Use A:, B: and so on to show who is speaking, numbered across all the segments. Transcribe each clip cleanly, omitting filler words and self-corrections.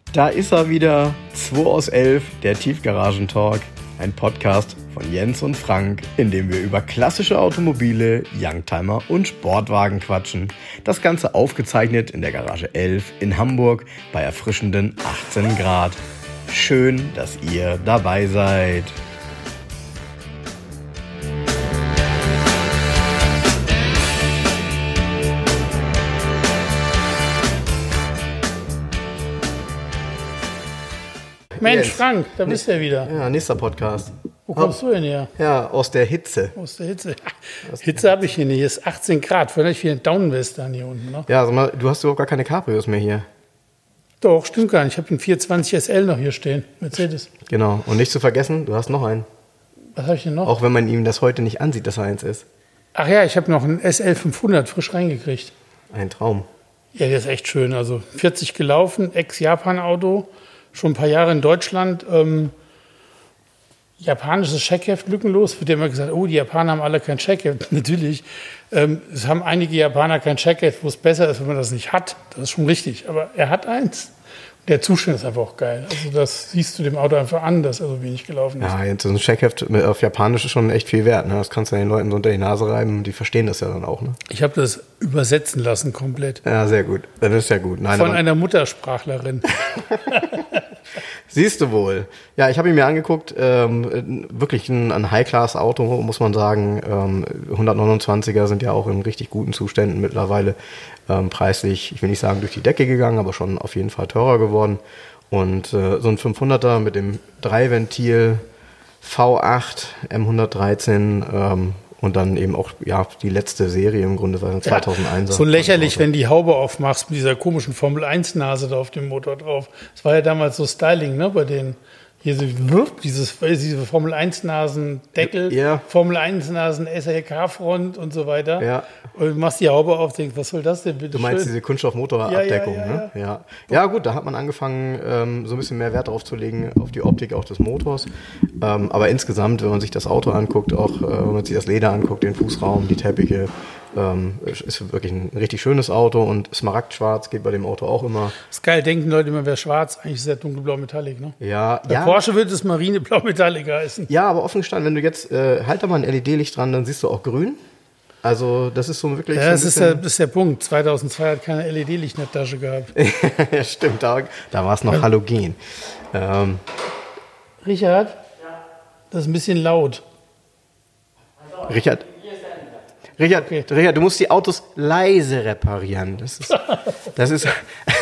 A: Da ist er wieder, 2 aus 11, der Tiefgaragentalk. Ein Podcast von Jens und Frank, in dem wir über klassische Automobile, Youngtimer und Sportwagen quatschen. Das Ganze aufgezeichnet in der Garage 11 in Hamburg bei erfrischenden 18 Grad. Schön, dass ihr dabei seid.
B: Mensch, yes. Frank, da bist du ja wieder.
A: Ja, nächster Podcast.
B: Wo kommst du denn her?
A: Ja, aus der Hitze.
B: Aus der Hitze. Hitze habe ich hier nicht. Hier ist 18 Grad. Vielleicht wie ein Downwestern hier unten. Ne?
A: Ja, sag mal, du hast überhaupt gar keine Cabrios mehr hier.
B: Doch, stimmt gar nicht. Ich habe einen 420 SL noch hier stehen. Mercedes.
A: Genau. Und nicht zu vergessen, du hast noch einen.
B: Was habe ich denn noch?
A: Auch wenn man ihm das heute nicht ansieht, dass er eins ist.
B: Ach ja, ich habe noch einen SL 500 frisch reingekriegt.
A: Ein Traum.
B: Ja, der ist echt schön. Also 40 gelaufen, Ex-Japan-Auto. Schon ein paar Jahre in Deutschland. Japanisches Scheckheft lückenlos. Wird ja immer gesagt, oh, die Japaner haben alle kein Scheckheft. Natürlich. Es haben einige Japaner kein Scheckheft, wo es besser ist, wenn man das nicht hat. Das ist schon richtig. Aber er hat eins. Der Zustand ist einfach auch geil. Also das siehst du dem Auto einfach an, dass er so wenig gelaufen ist.
A: Ja, jetzt so ein Scheckheft auf Japanisch ist schon echt viel wert. Ne? Das kannst du den Leuten so unter die Nase reiben. Die verstehen das ja dann auch. Ne?
B: Ich habe das übersetzen lassen komplett.
A: Ja, sehr gut. Das ist ja gut. Nein,
B: von einer Muttersprachlerin.
A: Siehst du wohl. Ja, ich habe ihn mir angeguckt. Wirklich ein High-Class-Auto, muss man sagen. 129er sind ja auch in richtig guten Zuständen mittlerweile. Preislich, ich will nicht sagen durch die Decke gegangen, aber schon auf jeden Fall teurer geworden. Und so ein 500er mit dem 3-Ventil V8 M113 und dann eben auch ja die letzte Serie im Grunde, weil 2001er.
B: So lächerlich, wenn die Haube aufmachst mit dieser komischen Formel-1-Nase da auf dem Motor drauf. Das war ja damals so Styling, ne, bei denen. Hier so, diese Formel-1-Nasen-Deckel,
A: ja.
B: Formel-1-Nasen-SLK-Front und so weiter.
A: Ja.
B: Und du machst die Haube auf, denkst, was soll das denn bitte?
A: Du meinst diese Kunststoffmotorabdeckung,
B: ja.
A: Ne? Ja. Ja gut, da hat man angefangen, so ein bisschen mehr Wert drauf zu legen, auf die Optik auch des Motors. Aber insgesamt, wenn man sich das Auto anguckt, auch wenn man sich das Leder anguckt, den Fußraum, die Teppiche, ist wirklich ein richtig schönes Auto und Smaragdschwarz geht bei dem Auto auch immer.
B: Das ist geil, denken Leute immer, wäre schwarz, eigentlich ist es ja dunkelblau Metallic, ne?
A: Ja,
B: bei Porsche wird es Marineblau Metallic heißen.
A: Ja, aber offen gestanden, wenn du jetzt, halt da mal ein LED-Licht dran, dann siehst du auch grün. Also das ist so wirklich...
B: Ja, das ist der Punkt. 2002 hat keine LED-Licht in der Tasche gehabt.
A: Ja, stimmt, da war es noch Halogen.
B: Richard? Ja? Das ist ein bisschen laut.
A: Richard, okay. Richard, du musst die Autos leise reparieren. Das ist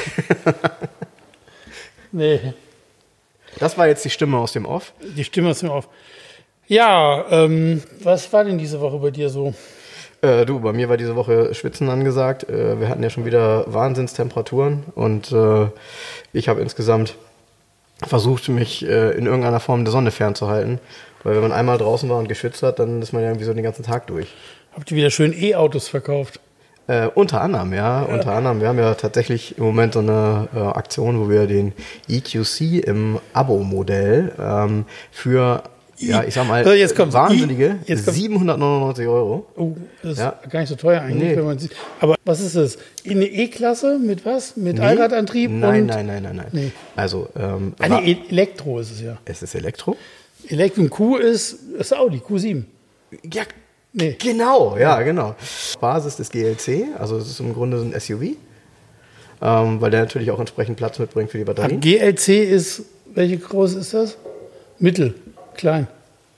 B: nee.
A: Das war jetzt die Stimme aus dem Off.
B: Die Stimme aus dem Off. Ja, was war denn diese Woche bei dir so?
A: Bei mir war diese Woche Schwitzen angesagt. Wir hatten ja schon wieder Wahnsinnstemperaturen und ich habe insgesamt versucht, mich in irgendeiner Form der Sonne fernzuhalten. Weil wenn man einmal draußen war und geschwitzt hat, dann ist man ja irgendwie so den ganzen Tag durch.
B: Habt ihr wieder schön E-Autos verkauft?
A: Unter anderem, ja. Unter anderem. Wir haben ja tatsächlich im Moment so eine Aktion, wo wir den EQC im Abo-Modell für, ja, ich sag mal, wahnsinnige 799 €.
B: Oh, das ist gar nicht so teuer eigentlich, wenn man sieht. Aber was ist das? Eine E-Klasse mit was? Mit Allradantrieb?
A: Nein. Nee. Also,
B: Elektro ist es ja.
A: Es ist Elektro?
B: Elektro und Q ist Audi, Q7.
A: Ja, genau, ja, genau. Basis des GLC, also es ist im Grunde so ein SUV, weil der natürlich auch entsprechend Platz mitbringt für die Batterien.
B: GLC ist, welche Größe ist das? Mittel, klein.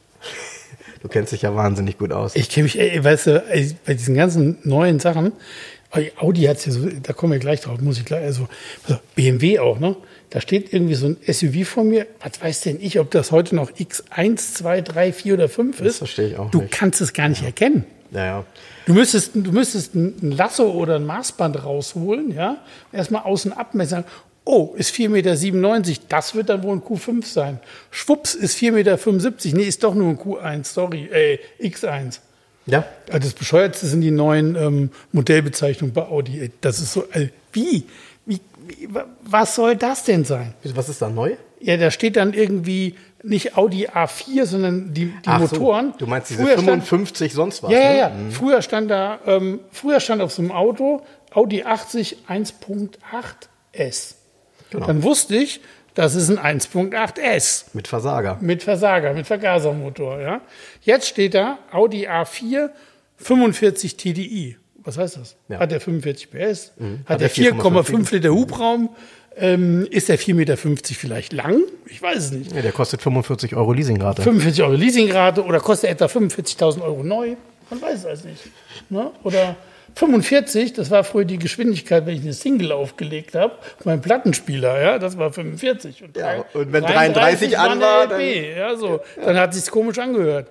A: Du kennst dich ja wahnsinnig gut aus.
B: Ich kenne mich, weißt du, bei diesen ganzen neuen Sachen, Audi hat es ja so, da kommen wir gleich drauf, muss ich gleich, also BMW auch, ne? Da steht irgendwie so ein SUV vor mir. Was weiß denn ich, ob das heute noch X1, 2, 3, 4 oder 5 ist?
A: Das verstehe ich auch nicht.
B: Du kannst es gar nicht erkennen.
A: Ja.
B: Du müsstest ein Lasso oder ein Maßband rausholen, ja? Erstmal außen abmessen. Oh, ist 4,97 Meter. Das wird dann wohl ein Q5 sein. Schwupps, ist 4,75 Meter. Nee, ist doch nur ein Q1. Sorry, X1.
A: Ja.
B: Also das Bescheuertste sind die neuen Modellbezeichnungen bei Audi. Das ist so, wie? Was soll das denn sein?
A: Was ist da neu?
B: Ja, da steht dann irgendwie nicht Audi A4, sondern die Motoren.
A: So, du meinst diese 55 sonst was?
B: Ja. Mhm. Früher stand auf so einem Auto Audi 80 1.8 S.
A: Genau.
B: Dann wusste ich, das ist ein 1.8S.
A: Mit Versager.
B: Mit Vergasermotor. Ja. Jetzt steht da Audi A4 45 TDI. Was heißt das?
A: Ja.
B: Hat der 45 PS? Hat
A: der
B: der 4,5 Liter Hubraum? Ist der 4,50 Meter vielleicht lang? Ich weiß es nicht.
A: Ja, der kostet 45 € Leasingrate.
B: 45 € Leasingrate oder kostet etwa 45.000 € neu? Man weiß es nicht. Ne? Oder 45, das war früher die Geschwindigkeit, wenn ich eine Single aufgelegt habe, mein Plattenspieler, ja, das war 45. Und,
A: Ja, und wenn 33 an war,
B: dann, ja, so, dann hat es sich komisch angehört.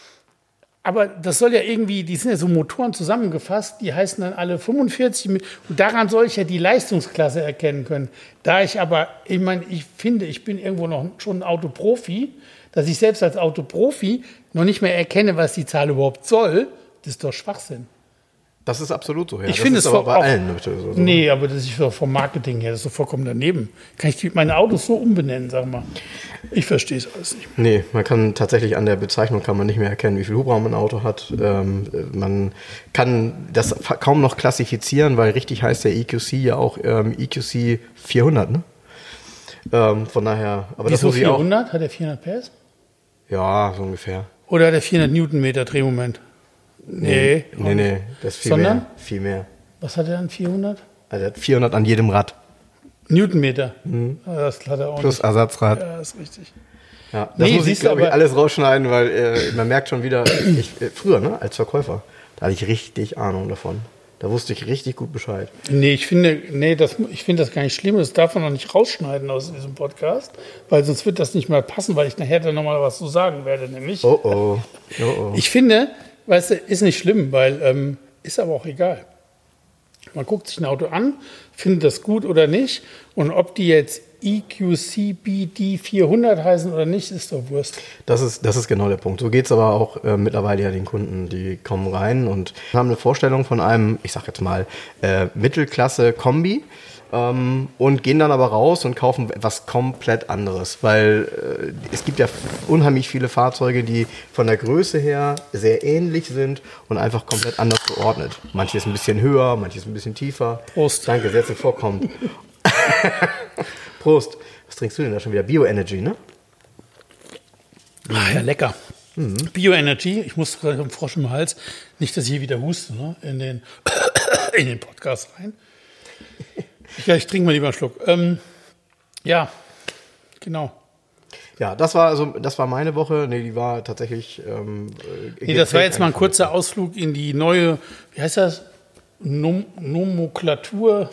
B: Aber das soll ja irgendwie, die sind ja so Motoren zusammengefasst, die heißen dann alle 45. Und daran soll ich ja die Leistungsklasse erkennen können. Da ich aber, ich meine, ich finde, ich bin irgendwo noch schon ein Autoprofi, dass ich selbst als Autoprofi noch nicht mehr erkenne, was die Zahl überhaupt soll, das ist doch Schwachsinn.
A: Das ist absolut so, ja.
B: Ich finde es
A: aber bei
B: auch,
A: allen so.
B: Nee, aber das ist vom Marketing her, das ist so vollkommen daneben. Kann ich meine Autos so umbenennen, sag mal. Ich verstehe es alles nicht.
A: Nee, man kann tatsächlich an der Bezeichnung kann man nicht mehr erkennen, wie viel Hubraum ein Auto hat. Man kann das kaum noch klassifizieren, weil richtig heißt der EQC ja auch EQC 400, ne? Von daher, aber das
B: Wieso
A: muss ich auch.
B: 400? Hat er 400 PS?
A: Ja, so ungefähr.
B: Oder hat er 400 Newtonmeter Drehmoment? Nee.
A: Das ist viel
B: Sondern?
A: mehr. Viel mehr.
B: Was hat er dann, 400?
A: Also er hat 400 an jedem Rad.
B: Newtonmeter. Ja, das hat er auch
A: Plus
B: nicht.
A: Ersatzrad.
B: Ja, ist richtig.
A: Ja, das muss ich,
B: siehst du,
A: glaube ich,
B: aber-
A: alles rausschneiden, weil man merkt schon wieder, früher, ne, als Verkäufer, da hatte ich richtig Ahnung davon. Da wusste ich richtig gut Bescheid.
B: Nee, ich finde das gar nicht schlimm. Das darf man noch nicht rausschneiden aus diesem Podcast, weil sonst wird das nicht mal passen, weil ich nachher dann nochmal was zu sagen werde, nämlich.
A: Oh.
B: Ich finde, weißt du, ist nicht schlimm, weil ist aber auch egal. Man guckt sich ein Auto an, findet das gut oder nicht. Und ob die jetzt EQCBD 400 heißen oder nicht, ist doch Wurst.
A: Das ist genau der Punkt. So geht es aber auch mittlerweile ja den Kunden, die kommen rein und haben eine Vorstellung von einem, ich sag jetzt mal, Mittelklasse-Kombi und gehen dann aber raus und kaufen etwas komplett anderes, weil es gibt ja unheimlich viele Fahrzeuge, die von der Größe her sehr ähnlich sind und einfach komplett anders geordnet. Manches ein bisschen höher, manches ein bisschen tiefer.
B: Prost.
A: Danke, sehr zuvorkommend. Prost. Was trinkst du denn da schon wieder? Bioenergy, ne?
B: Ah, ja, lecker. Bioenergy, ich muss gerade einen Frosch im Hals, nicht, dass ich hier wieder huste, ne? in den Podcast rein. Ich trinke mal lieber einen Schluck. Ja, genau.
A: Ja, das war meine Woche. Nee, die war tatsächlich.
B: Das war jetzt mal ein kurzer Ausflug in die neue, wie heißt das? Nomenklatur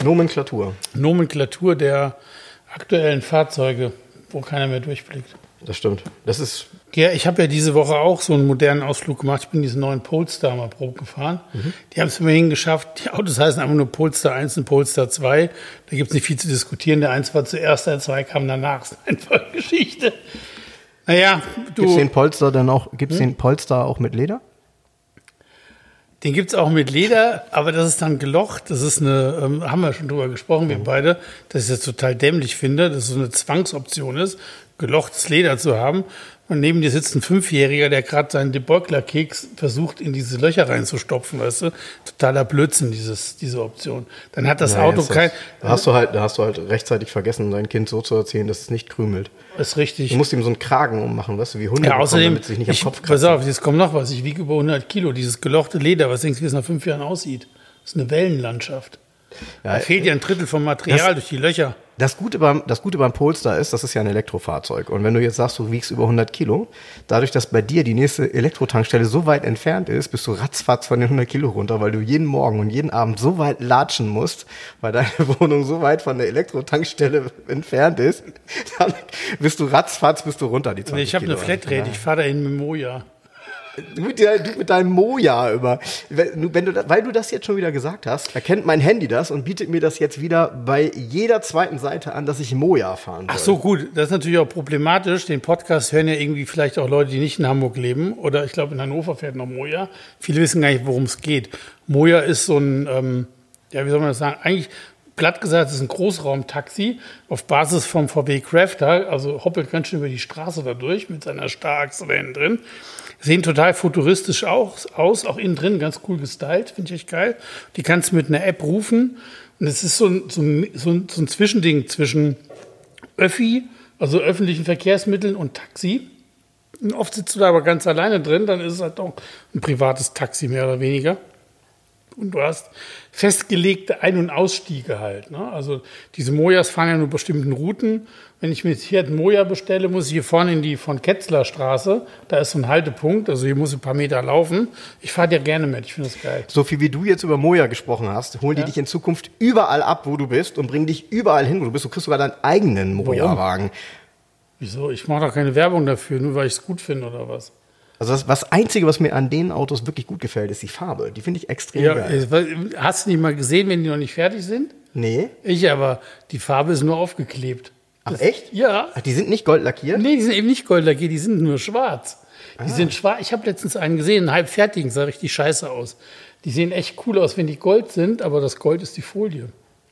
B: der aktuellen Fahrzeuge, wo keiner mehr durchblickt.
A: Das stimmt. Das ist.
B: Ja, ich habe ja diese Woche auch so einen modernen Ausflug gemacht. Ich bin diesen neuen Polestar mal Probe gefahren. Die haben es immerhin geschafft. Die Autos heißen einfach nur Polestar 1 und Polestar 2. Da gibt es nicht viel zu diskutieren. Der 1 war zuerst, der 2 kam danach. Das ist einfach Geschichte. Naja,
A: Gibt's den Polestar auch mit Leder?
B: Den gibt es auch mit Leder, aber das ist dann gelocht. Das ist eine, haben wir schon drüber gesprochen, wir beide, dass ich das total dämlich finde, dass es so eine Zwangsoption ist, gelochtes Leder zu haben. Und neben dir sitzt ein Fünfjähriger, der gerade seinen Debeukler-Keks versucht, in diese Löcher reinzustopfen, weißt du? Totaler Blödsinn, diese Option. Dann hat das Auto kein...
A: Da hast du halt rechtzeitig vergessen, dein Kind so zu erzählen, dass es nicht krümelt.
B: Ist richtig.
A: Du musst ihm so einen Kragen ummachen, weißt du, wie Hunde
B: Ja, außerdem,
A: damit sie sich nicht am Kopf
B: pass
A: kratzen.
B: auf, jetzt kommt noch was. Ich wiege über 100 Kilo. Dieses gelochte Leder, was denkst du, wie es nach 5 Jahren aussieht? Das ist eine Wellenlandschaft. Da fehlt ja ein Drittel vom Material durch die Löcher.
A: Das Gute beim Polestar ist, das ist ja ein Elektrofahrzeug. Und wenn du jetzt sagst, du wiegst über 100 Kilo, dadurch, dass bei dir die nächste Elektrotankstelle so weit entfernt ist, bist du ratzfatz von den 100 Kilo runter, weil du jeden Morgen und jeden Abend so weit latschen musst, weil deine Wohnung so weit von der Elektrotankstelle entfernt ist, dann bist du runter, die 20
B: Ich habe
A: Kilo.
B: eine Flatrate, ich fahre da in Memoja.
A: Du mit deinem Moja über. Weil du das jetzt schon wieder gesagt hast, erkennt mein Handy das und bietet mir das jetzt wieder bei jeder zweiten Seite an, dass ich Moja fahren soll.
B: Ach so, gut, das ist natürlich auch problematisch. Den Podcast hören ja irgendwie vielleicht auch Leute, die nicht in Hamburg leben. Oder ich glaube, in Hannover fährt noch Moja. Viele wissen gar nicht, worum es geht. Moja ist so ein, wie soll man das sagen, eigentlich platt gesagt, es ist ein Großraumtaxi auf Basis vom VW Crafter. Also hoppelt ganz schön über die Straße da durch mit seiner Starachse da hinten drin. Sehen total futuristisch aus, auch innen drin ganz cool gestylt, finde ich echt geil. Die kannst du mit einer App rufen Und es ist so ein Zwischending zwischen Öffi, also öffentlichen Verkehrsmitteln und Taxi. Und oft sitzt du da aber ganz alleine drin, dann ist es halt auch ein privates Taxi, mehr oder weniger. Und du hast festgelegte Ein- und Ausstiege halt. Ne? Also diese Mojas fahren ja nur bestimmten Routen. Wenn ich mir jetzt hier ein Moja bestelle, muss ich hier vorne in die von Ketzler Straße. Da ist so ein Haltepunkt, also hier muss ich ein paar Meter laufen. Ich fahre dir gerne mit, ich finde das geil.
A: So viel wie du jetzt über Moja gesprochen hast, holen die dich in Zukunft überall ab, wo du bist und bringen dich überall hin, wo du bist. Du kriegst sogar deinen eigenen Moja-Wagen.
B: Wieso? Ich mache doch keine Werbung dafür, nur weil ich es gut finde oder was?
A: Also das Einzige, was mir an den Autos wirklich gut gefällt, ist die Farbe. Die finde ich extrem geil.
B: Hast du nicht mal gesehen, wenn die noch nicht fertig sind?
A: Nee.
B: Ich aber. Die Farbe ist nur aufgeklebt.
A: Ach, echt?
B: Ja.
A: Ach, die sind nicht gold lackiert?
B: Nee, die sind eben nicht gold lackiert, die sind nur schwarz. Die sind schwarz. Ich habe letztens einen gesehen, einen halbfertigen, sah richtig scheiße aus. Die sehen echt cool aus, wenn die Gold sind, aber das Gold ist die Folie.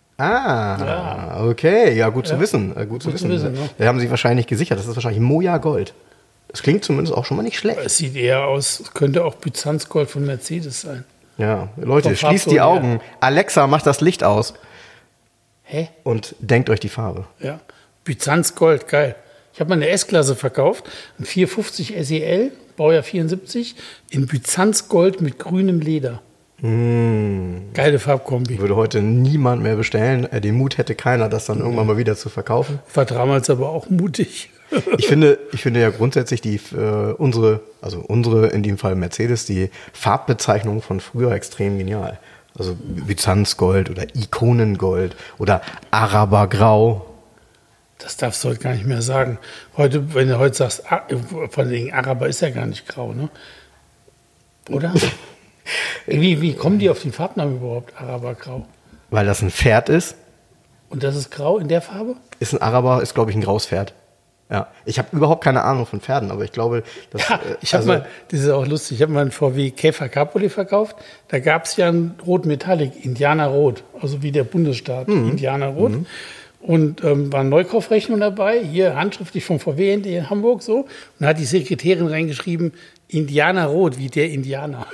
A: Okay. Ja, gut zu wissen. Gut zu wissen.
B: Ne?
A: Da haben sie wahrscheinlich gesichert. Das ist wahrscheinlich Moja Gold. Das klingt zumindest auch schon mal nicht schlecht.
B: Es sieht eher aus, könnte auch Byzanzgold von Mercedes sein.
A: Ja, Leute,
B: Vom
A: schließt die
B: Farbton,
A: Augen. Alexa, macht das Licht aus.
B: Hä?
A: Und denkt euch die Farbe.
B: Ja. Byzanzgold, geil. Ich habe mal eine S-Klasse verkauft, ein 450 SEL, Baujahr 74, in Byzanzgold mit grünem Leder. Geile Farbkombi.
A: Würde heute niemand mehr bestellen. Den Mut hätte keiner, das dann irgendwann mal wieder zu verkaufen.
B: War damals aber auch mutig.
A: Ich finde ja grundsätzlich unsere in dem Fall Mercedes, die Farbbezeichnung von früher extrem genial. Also Byzanzgold oder Ikonengold oder Arabergrau.
B: Das darfst du heute gar nicht mehr sagen. Heute, wenn du heute sagst, vor allem Araber ist ja gar nicht grau, ne? Oder? Wie kommen die auf den Farbnamen überhaupt, Arabergrau?
A: Weil das ein Pferd ist.
B: Und das ist grau in der Farbe?
A: Ist glaube ich, ein graues Pferd. Ja, ich habe überhaupt keine Ahnung von Pferden, aber ich glaube, dass,
B: das ist auch lustig, ich habe mal einen VW Käfer Cabriolet verkauft, da gab es ja ein Rot Metallic, Indianerrot, also wie der Bundesstaat, Indianerrot. Und war eine Neukaufrechnung dabei, hier handschriftlich vom VW in Hamburg so, und da hat die Sekretärin reingeschrieben, Indianerrot, wie der Indianer.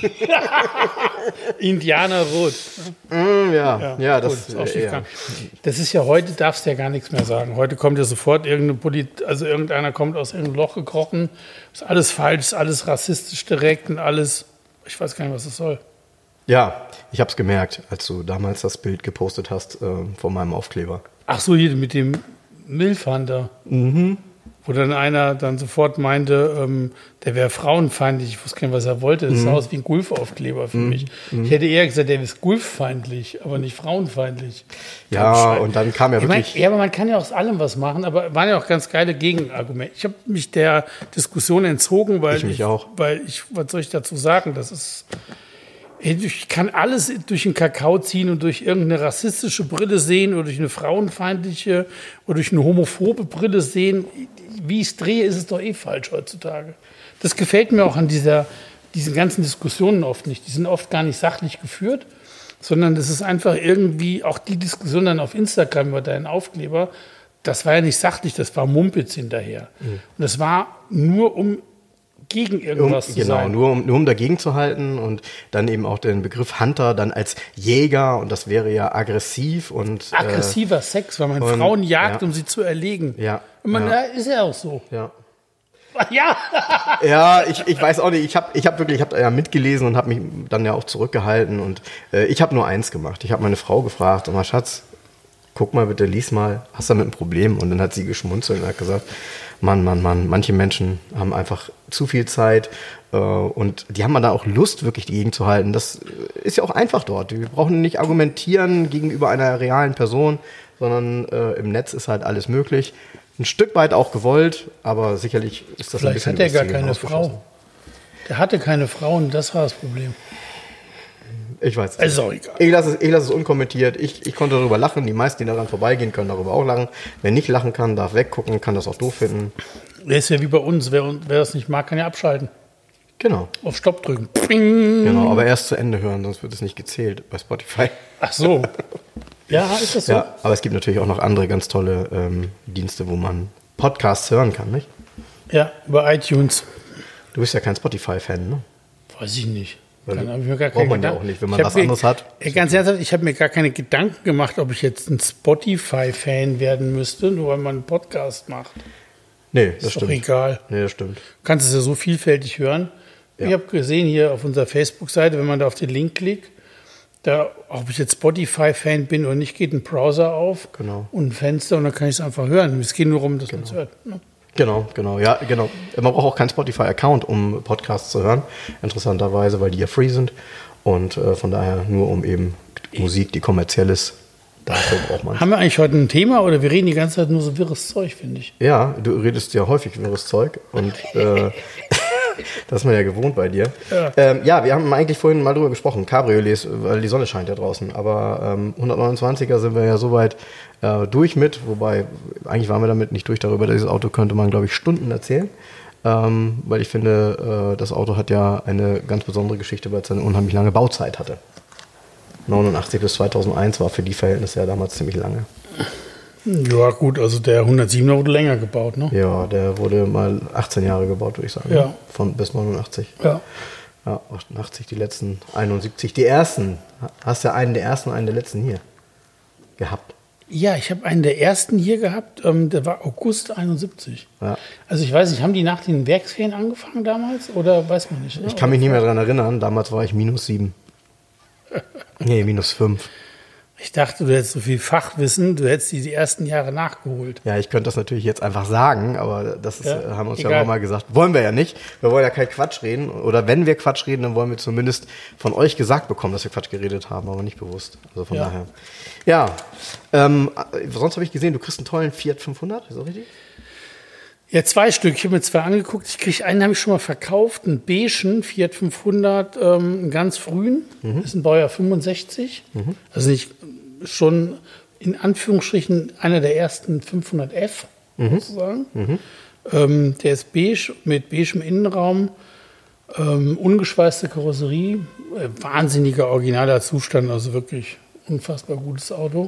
B: Indianerrot. Das ist ja heute, darfst du ja gar nichts mehr sagen. Heute kommt ja sofort irgendeiner kommt aus irgendeinem Loch gekrochen, ist alles falsch, ist alles rassistisch direkt und alles, ich weiß gar nicht, was das soll.
A: Ja, ich habe es gemerkt, als du damals das Bild gepostet hast von meinem Aufkleber.
B: Ach so, hier mit dem Milfhunter. Wo dann einer dann sofort meinte, der wäre frauenfeindlich. Ich wusste gar nicht, was er wollte. Das sah aus wie ein Gulf-Aufkleber für mich. Ich hätte eher gesagt, der ist gulffeindlich, aber nicht frauenfeindlich.
A: Ja, und dann kam ja wirklich...
B: aber man kann ja aus allem was machen, aber waren ja auch ganz geile Gegenargumente. Ich habe mich der Diskussion entzogen, weil was soll ich dazu sagen? Das ist... Ich kann alles durch den Kakao ziehen und durch irgendeine rassistische Brille sehen oder durch eine frauenfeindliche oder durch eine homophobe Brille sehen. Wie ich es drehe, ist es doch eh falsch heutzutage. Das gefällt mir auch an diesen ganzen Diskussionen oft nicht. Die sind oft gar nicht sachlich geführt, sondern das ist einfach irgendwie, auch die Diskussion dann auf Instagram über deinen Aufkleber, das war ja nicht sachlich, das war Mumpitz hinterher. Und das war nur gegen irgendwas zu sein.
A: Nur um dagegen zu halten und dann eben auch den Begriff Hunter dann als Jäger und das wäre ja aggressiv und...
B: Aggressiver Sex, weil man Frauen jagt, um sie zu erlegen.
A: Ja.
B: Ist ja auch so.
A: Ja.
B: Ja.
A: Ja, ich weiß auch nicht. Ich habe ja mitgelesen und habe mich dann ja auch zurückgehalten und ich habe nur eins gemacht. Ich habe meine Frau gefragt, sag mal, Schatz, guck mal bitte, lies mal, hast du damit ein Problem? Und dann hat sie geschmunzelt und hat gesagt, Mann, manche Menschen haben einfach zu viel Zeit und die haben da auch Lust, wirklich dagegen zu halten. Das ist ja auch einfach dort. Wir brauchen nicht argumentieren gegenüber einer realen Person, sondern im Netz ist halt alles möglich. Ein Stück weit auch gewollt, aber sicherlich ist das
B: vielleicht
A: ein bisschen...
B: Vielleicht hat er gar keine Frau. Der hatte keine Frau und das war das Problem.
A: Ich weiß
B: es ist auch egal.
A: Ich lasse es unkommentiert. Ich konnte darüber lachen. Die meisten, die daran vorbeigehen, können darüber auch lachen. Wer nicht lachen kann, darf weggucken, kann das auch doof finden.
B: Das ist ja wie bei uns. Wer das nicht mag, kann ja abschalten.
A: Genau.
B: Auf Stopp drücken.
A: Genau, aber erst zu Ende hören, sonst wird es nicht gezählt bei Spotify.
B: Ach so. Ja, ist das so?
A: Ja, aber es gibt natürlich auch noch andere ganz tolle Dienste, wo man Podcasts hören kann, nicht?
B: Ja, über iTunes.
A: Du bist ja kein Spotify-Fan, ne?
B: Weiß ich nicht.
A: Weil
B: Dann habe ich mir gar
A: braucht
B: keine
A: man ja
B: Gedanken.
A: auch nicht, wenn
B: Ich
A: man
B: hab
A: was anderes hat.
B: Ganz ernsthaft, ich habe mir gar keine Gedanken gemacht, ob ich jetzt ein Spotify-Fan werden müsste, nur weil man einen Podcast macht.
A: Nee, das
B: Ist doch
A: stimmt.
B: egal.
A: Nee, das stimmt.
B: Du kannst es ja so vielfältig hören.
A: Ja.
B: Ich habe gesehen hier auf unserer Facebook-Seite, wenn man da auf den Link klickt, da, ob ich jetzt Spotify-Fan bin oder nicht, geht ein Browser auf
A: Genau.
B: und ein Fenster und dann kann ich es einfach hören. Es geht nur darum, dass man es hört. Ne?
A: Genau. Ja, genau. Man braucht auch keinen Spotify-Account, um Podcasts zu hören. Interessanterweise, weil die ja free sind. Und von daher nur um eben Musik, die kommerziell ist. Dafür braucht man es.
B: Haben wir eigentlich heute ein Thema oder wir reden die ganze Zeit nur so wirres Zeug, finde ich.
A: Ja, du redest ja häufig wirres Zeug. Und das ist man ja gewohnt bei dir.
B: Ja.
A: Wir haben eigentlich vorhin mal drüber gesprochen. Cabriolets, weil die Sonne scheint ja draußen. Aber 129er sind wir ja soweit durch mit. Wobei, eigentlich waren wir damit nicht durch. Darüber dieses Auto könnte man, glaube ich, Stunden erzählen. Weil ich finde, das Auto hat ja eine ganz besondere Geschichte, weil es eine unheimlich lange Bauzeit hatte. 89 bis 2001 war für die Verhältnisse ja damals ziemlich lange.
B: Ja gut, also der 107er wurde länger gebaut, ne?
A: Ja, der wurde mal 18 Jahre gebaut, würde ich sagen.
B: Ja.
A: Von bis 89.
B: Ja.
A: Ja, 88 die letzten, 71 die ersten. Hast ja einen der ersten und einen der letzten hier gehabt.
B: Ja, ich habe einen der ersten hier gehabt, der war August 71.
A: Ja.
B: Also ich weiß nicht, haben die nach den Werksferien angefangen damals oder weiß man nicht? Ne?
A: Ich kann mich nicht mehr daran erinnern, damals war ich -7. Nee, -5.
B: Ich dachte, du hättest so viel Fachwissen, du hättest die ersten Jahre nachgeholt.
A: Ja, ich könnte das natürlich jetzt einfach sagen, aber das ist,
B: Ja,
A: haben uns
B: egal.
A: ja mal gesagt. Wollen wir ja nicht. Wir wollen ja kein Quatsch reden. Oder wenn wir Quatsch reden, dann wollen wir zumindest von euch gesagt bekommen, dass wir Quatsch geredet haben, aber nicht bewusst. Also von
B: Ja.
A: daher. Ja, sonst habe ich gesehen, du kriegst einen tollen Fiat 500, ist das richtig?
B: Ja, 2 Stück. Ich habe mir 2 angeguckt. Ich kriege einen, habe ich schon mal verkauft, einen beigen Fiat 500, einen ganz frühen. Das ist ein Baujahr 65. Also nicht schon in Anführungsstrichen einer der ersten 500F, sozusagen. Der ist beige mit beigem Innenraum, ungeschweißte Karosserie, wahnsinniger originaler Zustand, also wirklich unfassbar gutes Auto.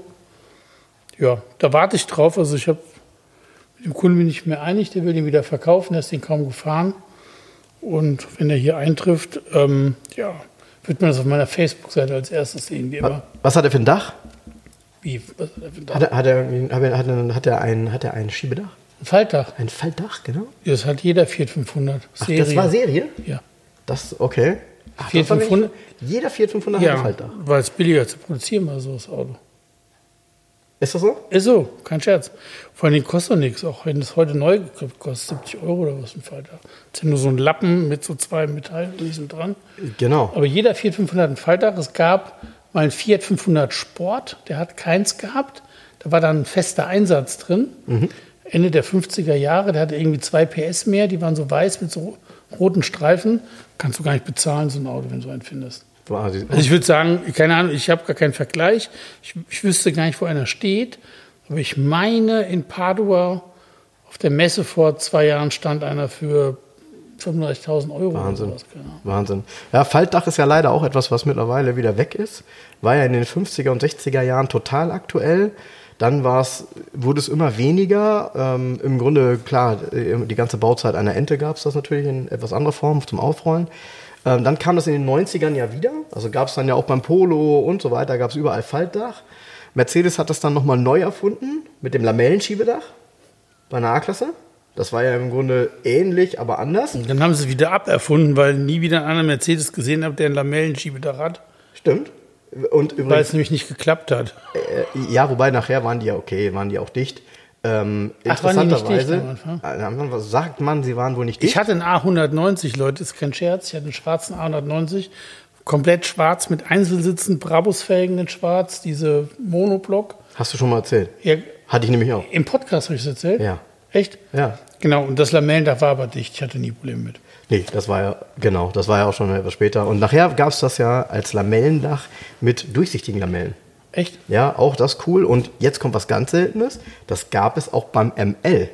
B: Ja, da warte ich drauf. Also ich habe mit dem Kunden bin ich mir einig, der will den wieder verkaufen, der ist den kaum gefahren. Und wenn er hier eintrifft, wird man das auf meiner Facebook-Seite als erstes sehen, wie immer.
A: Was hat er für ein Dach?
B: Wie? Was hat er für ein Dach?
A: Hat er ein Schiebedach?
B: Ein Faltdach.
A: Ein Faltdach, genau.
B: Das hat jeder Fiat 500.
A: Ach, das war Serie?
B: Ja.
A: Das, okay. Ach,
B: Fiat
A: das war
B: 500?
A: Jeder Fiat 500 hat ein
B: Ja,
A: Faltdach.
B: weil es billiger zu produzieren war, so das Auto.
A: Ist das so?
B: Ist so, kein Scherz. Vor allem kostet doch nichts. Auch wenn das heute neu gekauft kostet 70 € oder was ein Faltdach. Das ist ja nur so ein Lappen mit so 2 Metallriesen dran.
A: Genau.
B: Aber jeder Fiat 500 hat ein Faltdach. Es gab mal einen Fiat 500 Sport, der hat keins gehabt. Da war dann ein fester Einsatz drin. Ende der 50er Jahre, der hatte irgendwie 2 PS mehr. Die waren so weiß mit so roten Streifen. Kannst du gar nicht bezahlen, so ein Auto, wenn du einen findest. Also ich würde sagen, keine Ahnung, ich habe gar keinen Vergleich. Ich wüsste gar nicht, wo einer steht. Aber ich meine, in Padua auf der Messe vor 2 Jahren stand einer für 35.000 €
A: Wahnsinn.
B: oder sowas. Genau.
A: Wahnsinn. Ja, Faltdach ist ja leider auch etwas, was mittlerweile wieder weg ist. War ja in den 50er und 60er Jahren total aktuell. Dann wurde es immer weniger. Im Grunde, klar, die ganze Bauzeit einer Ente gab es das natürlich in etwas anderer Form zum Aufrollen. Dann kam das in den 90ern ja wieder. Also gab es dann ja auch beim Polo und so weiter, gab es überall Faltdach. Mercedes hat das dann nochmal neu erfunden mit dem Lamellenschiebedach bei einer A-Klasse. Das war ja im Grunde ähnlich, aber anders.
B: Und dann haben sie es wieder aberfunden, weil nie wieder ein anderer Mercedes gesehen hat, der ein Lamellenschiebedach hat.
A: Stimmt. Und übrigens,
B: Weil es nämlich nicht geklappt hat.
A: Ja, wobei nachher waren die ja okay, waren die auch dicht.
B: Waren die nicht dicht
A: Interessanterweise,
B: am Anfang?
A: was sagt man, sie waren wohl nicht dicht?
B: Ich hatte einen A190, Leute, ist kein Scherz. Ich hatte einen schwarzen A190, komplett schwarz mit Einzelsitzen, Brabusfelgen in schwarz, diese Monoblock.
A: Hast du schon mal erzählt?
B: Ja,
A: Hatte ich nämlich auch.
B: im Podcast habe ich es erzählt.
A: Ja.
B: Echt?
A: Ja.
B: Genau, und das Lamellendach war aber dicht. Ich hatte nie Probleme mit.
A: Nee, das war ja auch schon etwas später. Und nachher gab es das ja als Lamellendach mit durchsichtigen Lamellen.
B: Echt?
A: Ja, auch das cool. Und jetzt kommt was ganz Seltenes. Das gab es auch beim ML.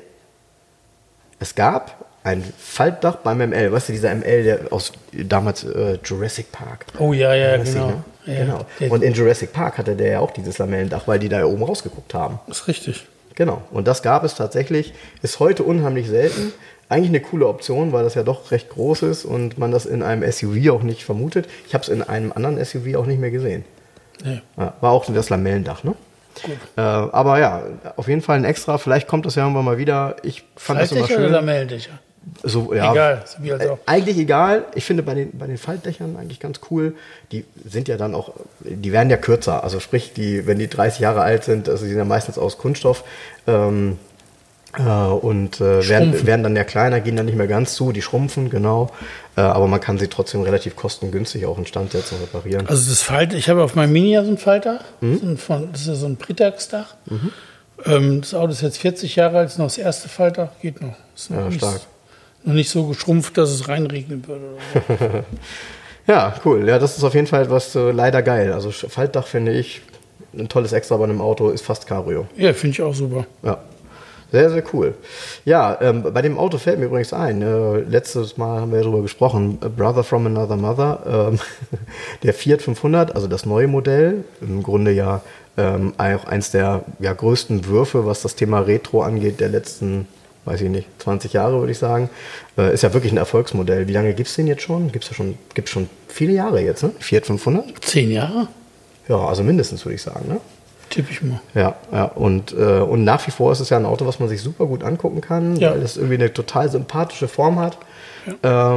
A: Es gab ein Faltdach beim ML. Weißt du, dieser ML, der aus damals Jurassic Park.
B: Oh ja,
A: Erinnerst
B: genau.
A: dich, ne?
B: Ja,
A: Genau.
B: der-
A: Und in Jurassic Park hatte der ja auch dieses Lamellendach, weil die da oben rausgeguckt haben.
B: Das ist richtig.
A: Genau. Und das gab es tatsächlich, ist heute unheimlich selten. Eigentlich eine coole Option, weil das ja doch recht groß ist und man das in einem SUV auch nicht vermutet. Ich habe es in einem anderen SUV auch nicht mehr gesehen.
B: Nee.
A: Ja, war auch das Lamellendach, ne?
B: Gut.
A: Aber ja, auf jeden Fall ein Extra. Vielleicht kommt das ja irgendwann mal wieder. Ich fand das immer
B: Faltdächer oder
A: schön.
B: Lamellendächer?
A: So, ja,
B: Egal, so wie halt auch.
A: eigentlich egal. Ich finde bei den Faltdächern eigentlich ganz cool. Die sind ja dann auch, die werden ja kürzer. Also sprich, wenn die 30 Jahre alt sind, also die sind ja meistens aus Kunststoff werden dann ja kleiner, gehen dann nicht mehr ganz zu, die schrumpfen, genau. Aber man kann sie trotzdem relativ kostengünstig auch instand setzen und reparieren.
B: Also das Falter, ich habe auf meinem Mini ja so ein Faltdach, das ist ja so ein Britax-Dach. Das Auto ist jetzt 40 Jahre alt, ist noch das erste Faltdach, geht noch. Ist noch
A: stark.
B: Noch nicht so geschrumpft, dass es reinregnen würde. Oder so.
A: Ja, cool. Ja, das ist auf jeden Fall etwas leider geil. Also Faltdach finde ich ein tolles Extra bei einem Auto, ist fast Cabrio.
B: Ja, finde ich auch super.
A: Ja, sehr, sehr cool. Ja, bei dem Auto fällt mir übrigens ein, letztes Mal haben wir darüber gesprochen, A Brother from Another Mother, der Fiat 500, also das neue Modell, im Grunde ja auch eins der größten Würfe, was das Thema Retro angeht, der letzten, weiß ich nicht, 20 Jahre würde ich sagen, ist ja wirklich ein Erfolgsmodell. Wie lange gibt es den jetzt schon? Gibt's schon viele Jahre jetzt, ne? Fiat 500?
B: 10 Jahre?
A: Ja, also mindestens würde ich sagen, ne?
B: Tippe ich mal.
A: Ja, und nach wie vor ist es ja ein Auto, was man sich super gut angucken kann, weil es irgendwie eine total sympathische Form hat. Ja.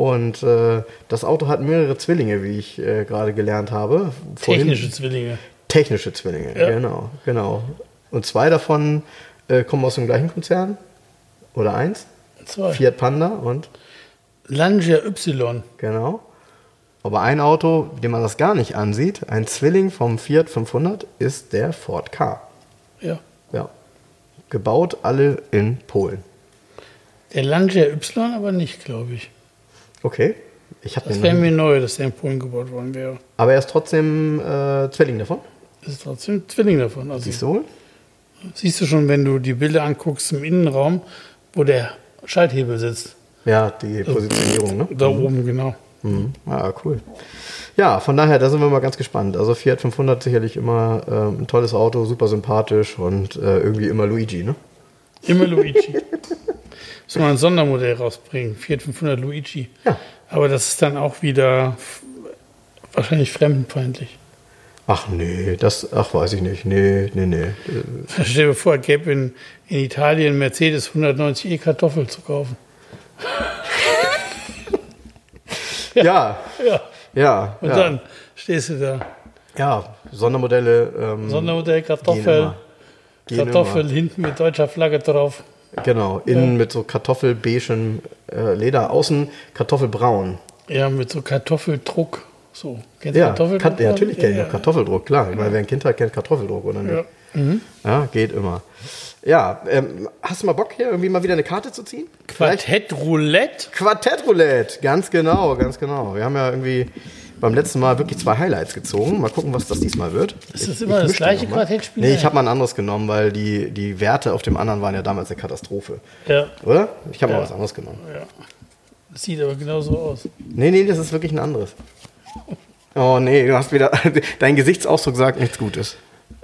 A: Das Auto hat mehrere Zwillinge, wie ich gerade gelernt habe.
B: Technische Zwillinge.
A: Technische Zwillinge, genau. Und 2 davon kommen aus dem gleichen Konzern. Oder 1.
B: 2.
A: Fiat Panda und
B: Lancia Y.
A: Genau. Aber ein Auto, dem man das gar nicht ansieht, ein Zwilling vom Fiat 500, ist der Ford Ka.
B: Ja.
A: Gebaut alle in Polen.
B: Der Lancia Y aber nicht, glaube ich.
A: Okay.
B: Das wäre mir neu, dass der in Polen gebaut worden wäre.
A: Aber er ist trotzdem Zwilling davon?
B: Das ist trotzdem Zwilling davon. Also,
A: siehst du wohl?
B: Siehst du schon, wenn du die Bilder anguckst im Innenraum, wo der Schalthebel sitzt.
A: Ja, die Positionierung, ne?
B: Da oben, genau.
A: Ah, cool. Ja, von daher, da sind wir mal ganz gespannt. Also Fiat 500 sicherlich immer ein tolles Auto, super sympathisch und irgendwie immer Luigi, ne?
B: Immer Luigi. Muss man ein Sondermodell rausbringen, Fiat 500 Luigi.
A: Ja.
B: Aber das ist dann auch wieder wahrscheinlich fremdenfeindlich.
A: Ach nee, weiß ich nicht. Nee.
B: Stell dir vor, es gäbe in Italien Mercedes 190e Kartoffel zu kaufen.
A: Ja.
B: Und dann stehst du da.
A: Ja, Sondermodelle.
B: Sondermodell Kartoffel. Kartoffel hinten mit deutscher Flagge drauf.
A: Genau, innen mit so kartoffelbeigem Leder, außen kartoffelbraun.
B: Ja, mit so Kartoffeldruck. So, kennst du
A: Ja,
B: Kartoffeldruck?
A: natürlich kenne ich noch Kartoffeldruck, klar. Ich meine, wer ein Kind hat, kennt Kartoffeldruck, oder nicht? Ja, geht immer. Ja, hast du mal Bock, hier irgendwie mal wieder eine Karte zu ziehen?
B: Quartett Roulette?
A: Quartett Roulette, ganz genau. Wir haben ja irgendwie beim letzten Mal wirklich 2 Highlights gezogen. Mal gucken, was das diesmal wird.
B: Ist das immer das gleiche Quartettspiel?
A: Nee, ich habe mal ein anderes genommen, weil die Werte auf dem anderen waren ja damals eine Katastrophe.
B: Ja.
A: Oder? Ich habe mal was anderes genommen.
B: Ja. Das sieht aber genauso aus.
A: Nee, das ist wirklich ein anderes. Oh nee, du hast wieder, dein Gesichtsausdruck sagt nichts Gutes.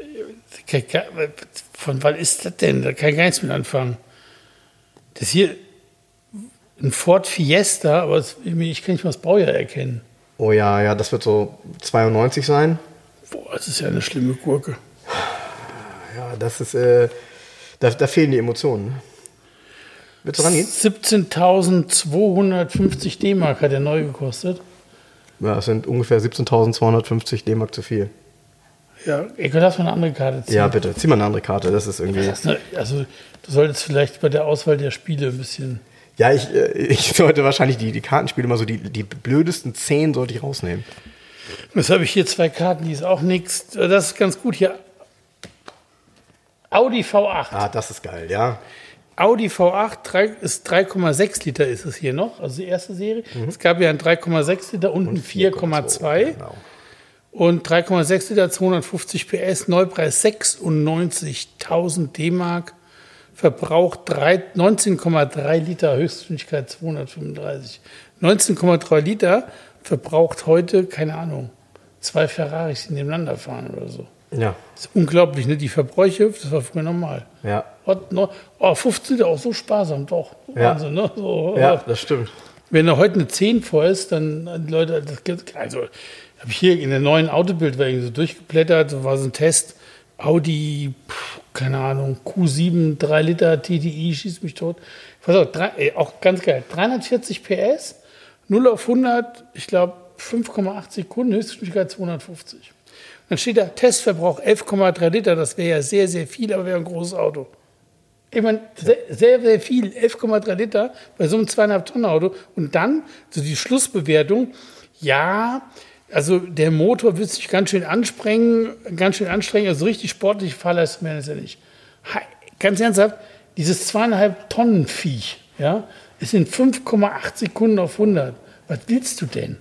B: Von wann ist das denn? Da kann ich gar nichts mit anfangen. Das hier ein Ford Fiesta, aber ich kann nicht mal das Baujahr erkennen.
A: Oh ja, das wird so 92 sein.
B: Boah, das ist ja eine schlimme Gurke.
A: Ja, das ist, da fehlen die Emotionen. Willst du rangehen?
B: 17.250 D-Mark hat der neu gekostet.
A: Ja, es sind ungefähr 17.250 D-Mark zu viel.
B: Ja, ich lass mal eine andere Karte ziehen.
A: Ja, bitte, zieh mal eine andere Karte, das ist irgendwie...
B: Also, du solltest vielleicht bei der Auswahl der Spiele ein bisschen...
A: Ja, ich sollte wahrscheinlich die Kartenspiele mal so die blödesten 10 sollte ich rausnehmen.
B: Jetzt habe ich hier 2 Karten, die ist auch nichts. Das ist ganz gut hier. Audi V8.
A: Ah, das ist geil, ja.
B: Audi V8 ist 3,6 Liter ist es hier noch, also die erste Serie. Es gab ja einen 3,6 Liter und einen 4,2. Genau. Und 3,6 Liter, 250 PS, Neupreis 96.000 D-Mark, Verbrauch 19,3 Liter, Höchstgeschwindigkeit 235. 19,3 Liter verbraucht heute, keine Ahnung, 2 Ferraris, die nebeneinander fahren oder so.
A: Ja.
B: Das ist unglaublich, ne? Die Verbräuche, das war früher normal.
A: Ja.
B: 15 Liter auch so sparsam, doch.
A: Ja.
B: Wahnsinn, ne? So,
A: Ja, das stimmt.
B: Wenn da heute eine 10 vor ist, dann Leute, also habe ich hier in der neuen Autobild so durchgeblättert, da war so ein Test, Audi, keine Ahnung, Q7, 3 Liter TDI, schießt mich tot. Pass auf, auch ganz geil, 340 PS, 0 auf 100, ich glaube 5,8 Sekunden, Höchstgeschwindigkeit 250. Dann steht da Testverbrauch 11,3 Liter, das wäre ja sehr, sehr viel, aber wäre ein großes Auto. Ich meine, sehr, sehr viel, 11,3 Liter bei so einem 2,5 Tonnen Auto. Und dann so die Schlussbewertung, ja, also der Motor wird sich ganz schön anstrengen, also richtig sportliche Fahrleistung wäre das ja nicht. Ganz ernsthaft, dieses 2,5 Tonnen Viech, ja, ist in 5,8 Sekunden auf 100. Was willst du denn?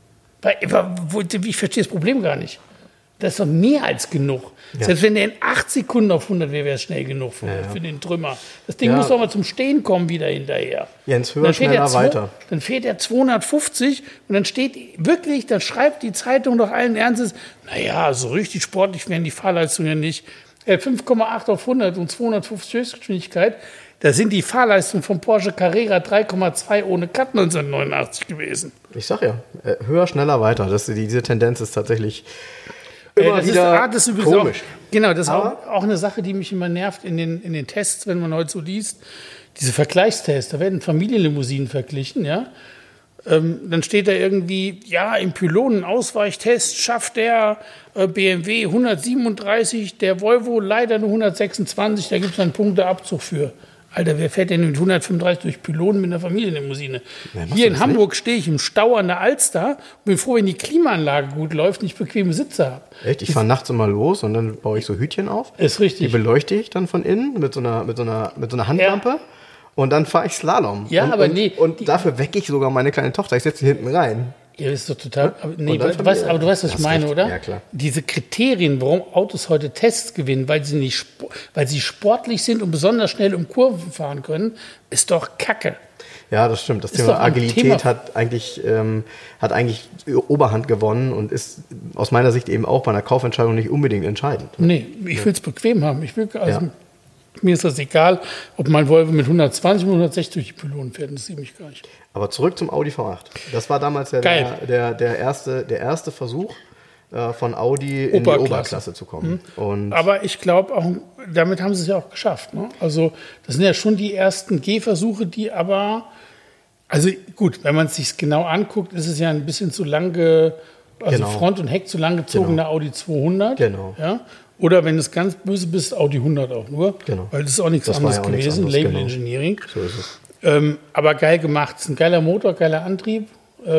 B: Ich verstehe das Problem gar nicht. Das ist doch mehr als genug. Ja. Selbst wenn der in 8 Sekunden auf 100 wäre, wäre es schnell genug für den Trümmer. Das Ding muss doch mal zum Stehen kommen wieder hinterher.
A: Jens, höher, schneller, weiter.
B: Dann fährt er 250 und dann steht wirklich, dann schreibt die Zeitung doch allen Ernstes, naja, so richtig sportlich wären die Fahrleistungen ja nicht. 5,8 auf 100 und 250 Höchstgeschwindigkeit, da sind die Fahrleistungen vom Porsche Carrera 3,2 ohne Cut 1989 gewesen.
A: Ich sag ja, höher, schneller, weiter. Diese Tendenz ist tatsächlich immer wieder
B: das ist komisch. Das ist auch eine Sache, die mich immer nervt in den Tests, wenn man heute so liest. Diese Vergleichstests, da werden Familienlimousinen verglichen, ja. Dann steht da irgendwie, ja, im Pylonenausweichtest schafft der BMW 137, der Volvo leider nur 126, da gibt es einen Punkteabzug für. Alter, wer fährt denn mit 135 durch Pylonen mit einer Familienlimousine? Hier in Hamburg stehe ich im Stau an der Alster und bin froh, wenn die Klimaanlage gut läuft und ich bequeme Sitze habe.
A: Echt? Ich fahre nachts immer los und dann baue ich so Hütchen auf.
B: Ist richtig.
A: Die beleuchte ich dann von innen mit so einer Handlampe. Ja. Und dann fahre ich Slalom.
B: Ja,
A: und dafür wecke ich sogar meine kleine Tochter. Ich setze sie hinten rein.
B: Ja, das ist doch total. Aber du weißt, was ich meine, recht, oder?
A: Ja, klar.
B: Diese Kriterien, warum Autos heute Tests gewinnen, weil sie sportlich sind und besonders schnell um Kurven fahren können, ist doch Kacke.
A: Ja, das stimmt. Das Thema Agilität hat eigentlich Oberhand gewonnen und ist aus meiner Sicht eben auch bei einer Kaufentscheidung nicht unbedingt entscheidend.
B: Nee, ich will es bequem haben. Mir ist das egal, ob mein Volvo mit 120 oder 160 durch die Pylonen fährt. Das sieht mich gar nicht.
A: Aber zurück zum Audi V8. Das war damals der erste Versuch von Audi in die Oberklasse zu kommen. Und
B: aber ich glaube auch, damit haben sie es ja auch geschafft. Ne? Also das sind ja schon die ersten Gehversuche, die aber, also gut, wenn man es sich genau anguckt, ist es ja ein bisschen zu lang, Front und Heck zu lang gezogener Audi 200.
A: Genau.
B: Ja? Oder wenn es ganz böse bist, Audi 100 auch nur.
A: Genau.
B: Weil das ist auch nichts anderes gewesen, Label Engineering.
A: So ist es.
B: Aber geil gemacht. Es ist ein geiler Motor, geiler Antrieb.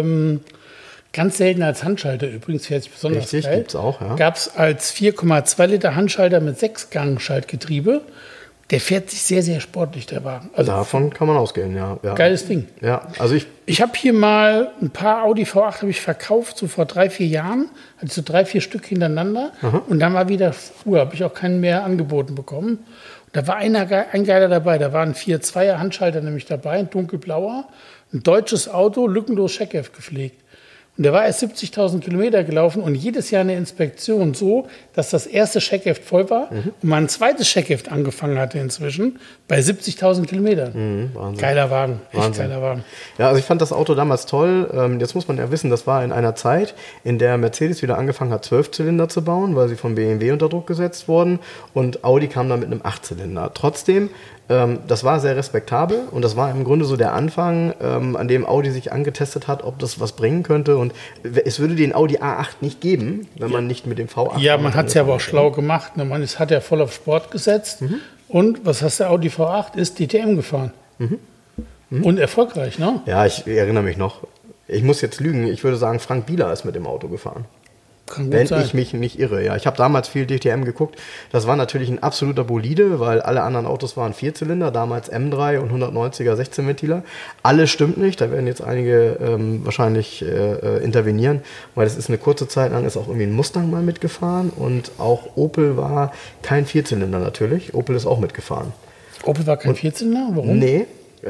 B: Ganz selten als Handschalter übrigens, fährt sich besonders
A: richtig,
B: geil.
A: Gibt's auch, ja.
B: Gab es als 4,2 Liter Handschalter mit 6-Gang-Schaltgetriebe. Der fährt sich sehr, sehr sportlich, der Wagen. Also
A: davon kann man ausgehen, ja.
B: Geiles Ding.
A: Ja, also
B: ich habe hier mal ein paar Audi V8 habe ich verkauft, so vor 3-4 Jahren. Hatte ich so 3-4 Stück hintereinander. Aha. Und dann war wieder Ruhe, habe ich auch keinen mehr angeboten bekommen. Und da war ein Geiler dabei, da war ein 4.2er Handschalter nämlich dabei, ein dunkelblauer, ein deutsches Auto, lückenlos Checkheft gepflegt. Und der war erst 70.000 Kilometer gelaufen und jedes Jahr eine Inspektion so, dass das erste Checkheft voll war und man ein zweites Checkheft angefangen hatte inzwischen bei 70.000 Kilometern.
A: Wahnsinn.
B: Geiler Wagen,
A: Wahnsinn.
B: Echt geiler Wagen.
A: Ja, also ich fand das Auto damals toll. Jetzt muss man ja wissen, das war in einer Zeit, in der Mercedes wieder angefangen hat, 12-Zylinder zu bauen, weil sie von BMW unter Druck gesetzt wurden und Audi kam dann mit einem 8-Zylinder. Trotzdem, das war sehr respektabel und das war im Grunde so der Anfang, an dem Audi sich angetestet hat, ob das was bringen könnte. Und es würde den Audi A8 nicht geben, wenn man nicht mit dem V8...
B: Ja, man hat es ja aber auch schlau gemacht. Ne? Man hat ja voll auf Sport gesetzt. Und was hast der Audi V8? Ist DTM gefahren. Und erfolgreich, ne?
A: Ja, ich erinnere mich noch. Ich muss jetzt lügen. Ich würde sagen, Frank Bieler ist mit dem Auto gefahren. Wenn ich mich nicht irre, ja. Ich habe damals viel DTM geguckt. Das war natürlich ein absoluter Bolide, weil alle anderen Autos waren Vierzylinder, damals M3 und 190er 16-Ventiler. Alles stimmt nicht, da werden jetzt einige wahrscheinlich intervenieren, weil das ist eine kurze Zeit lang, ist auch irgendwie ein Mustang mal mitgefahren und auch Opel war kein Vierzylinder natürlich. Opel ist auch mitgefahren.
B: Opel war kein Vierzylinder? Warum?
A: Nee.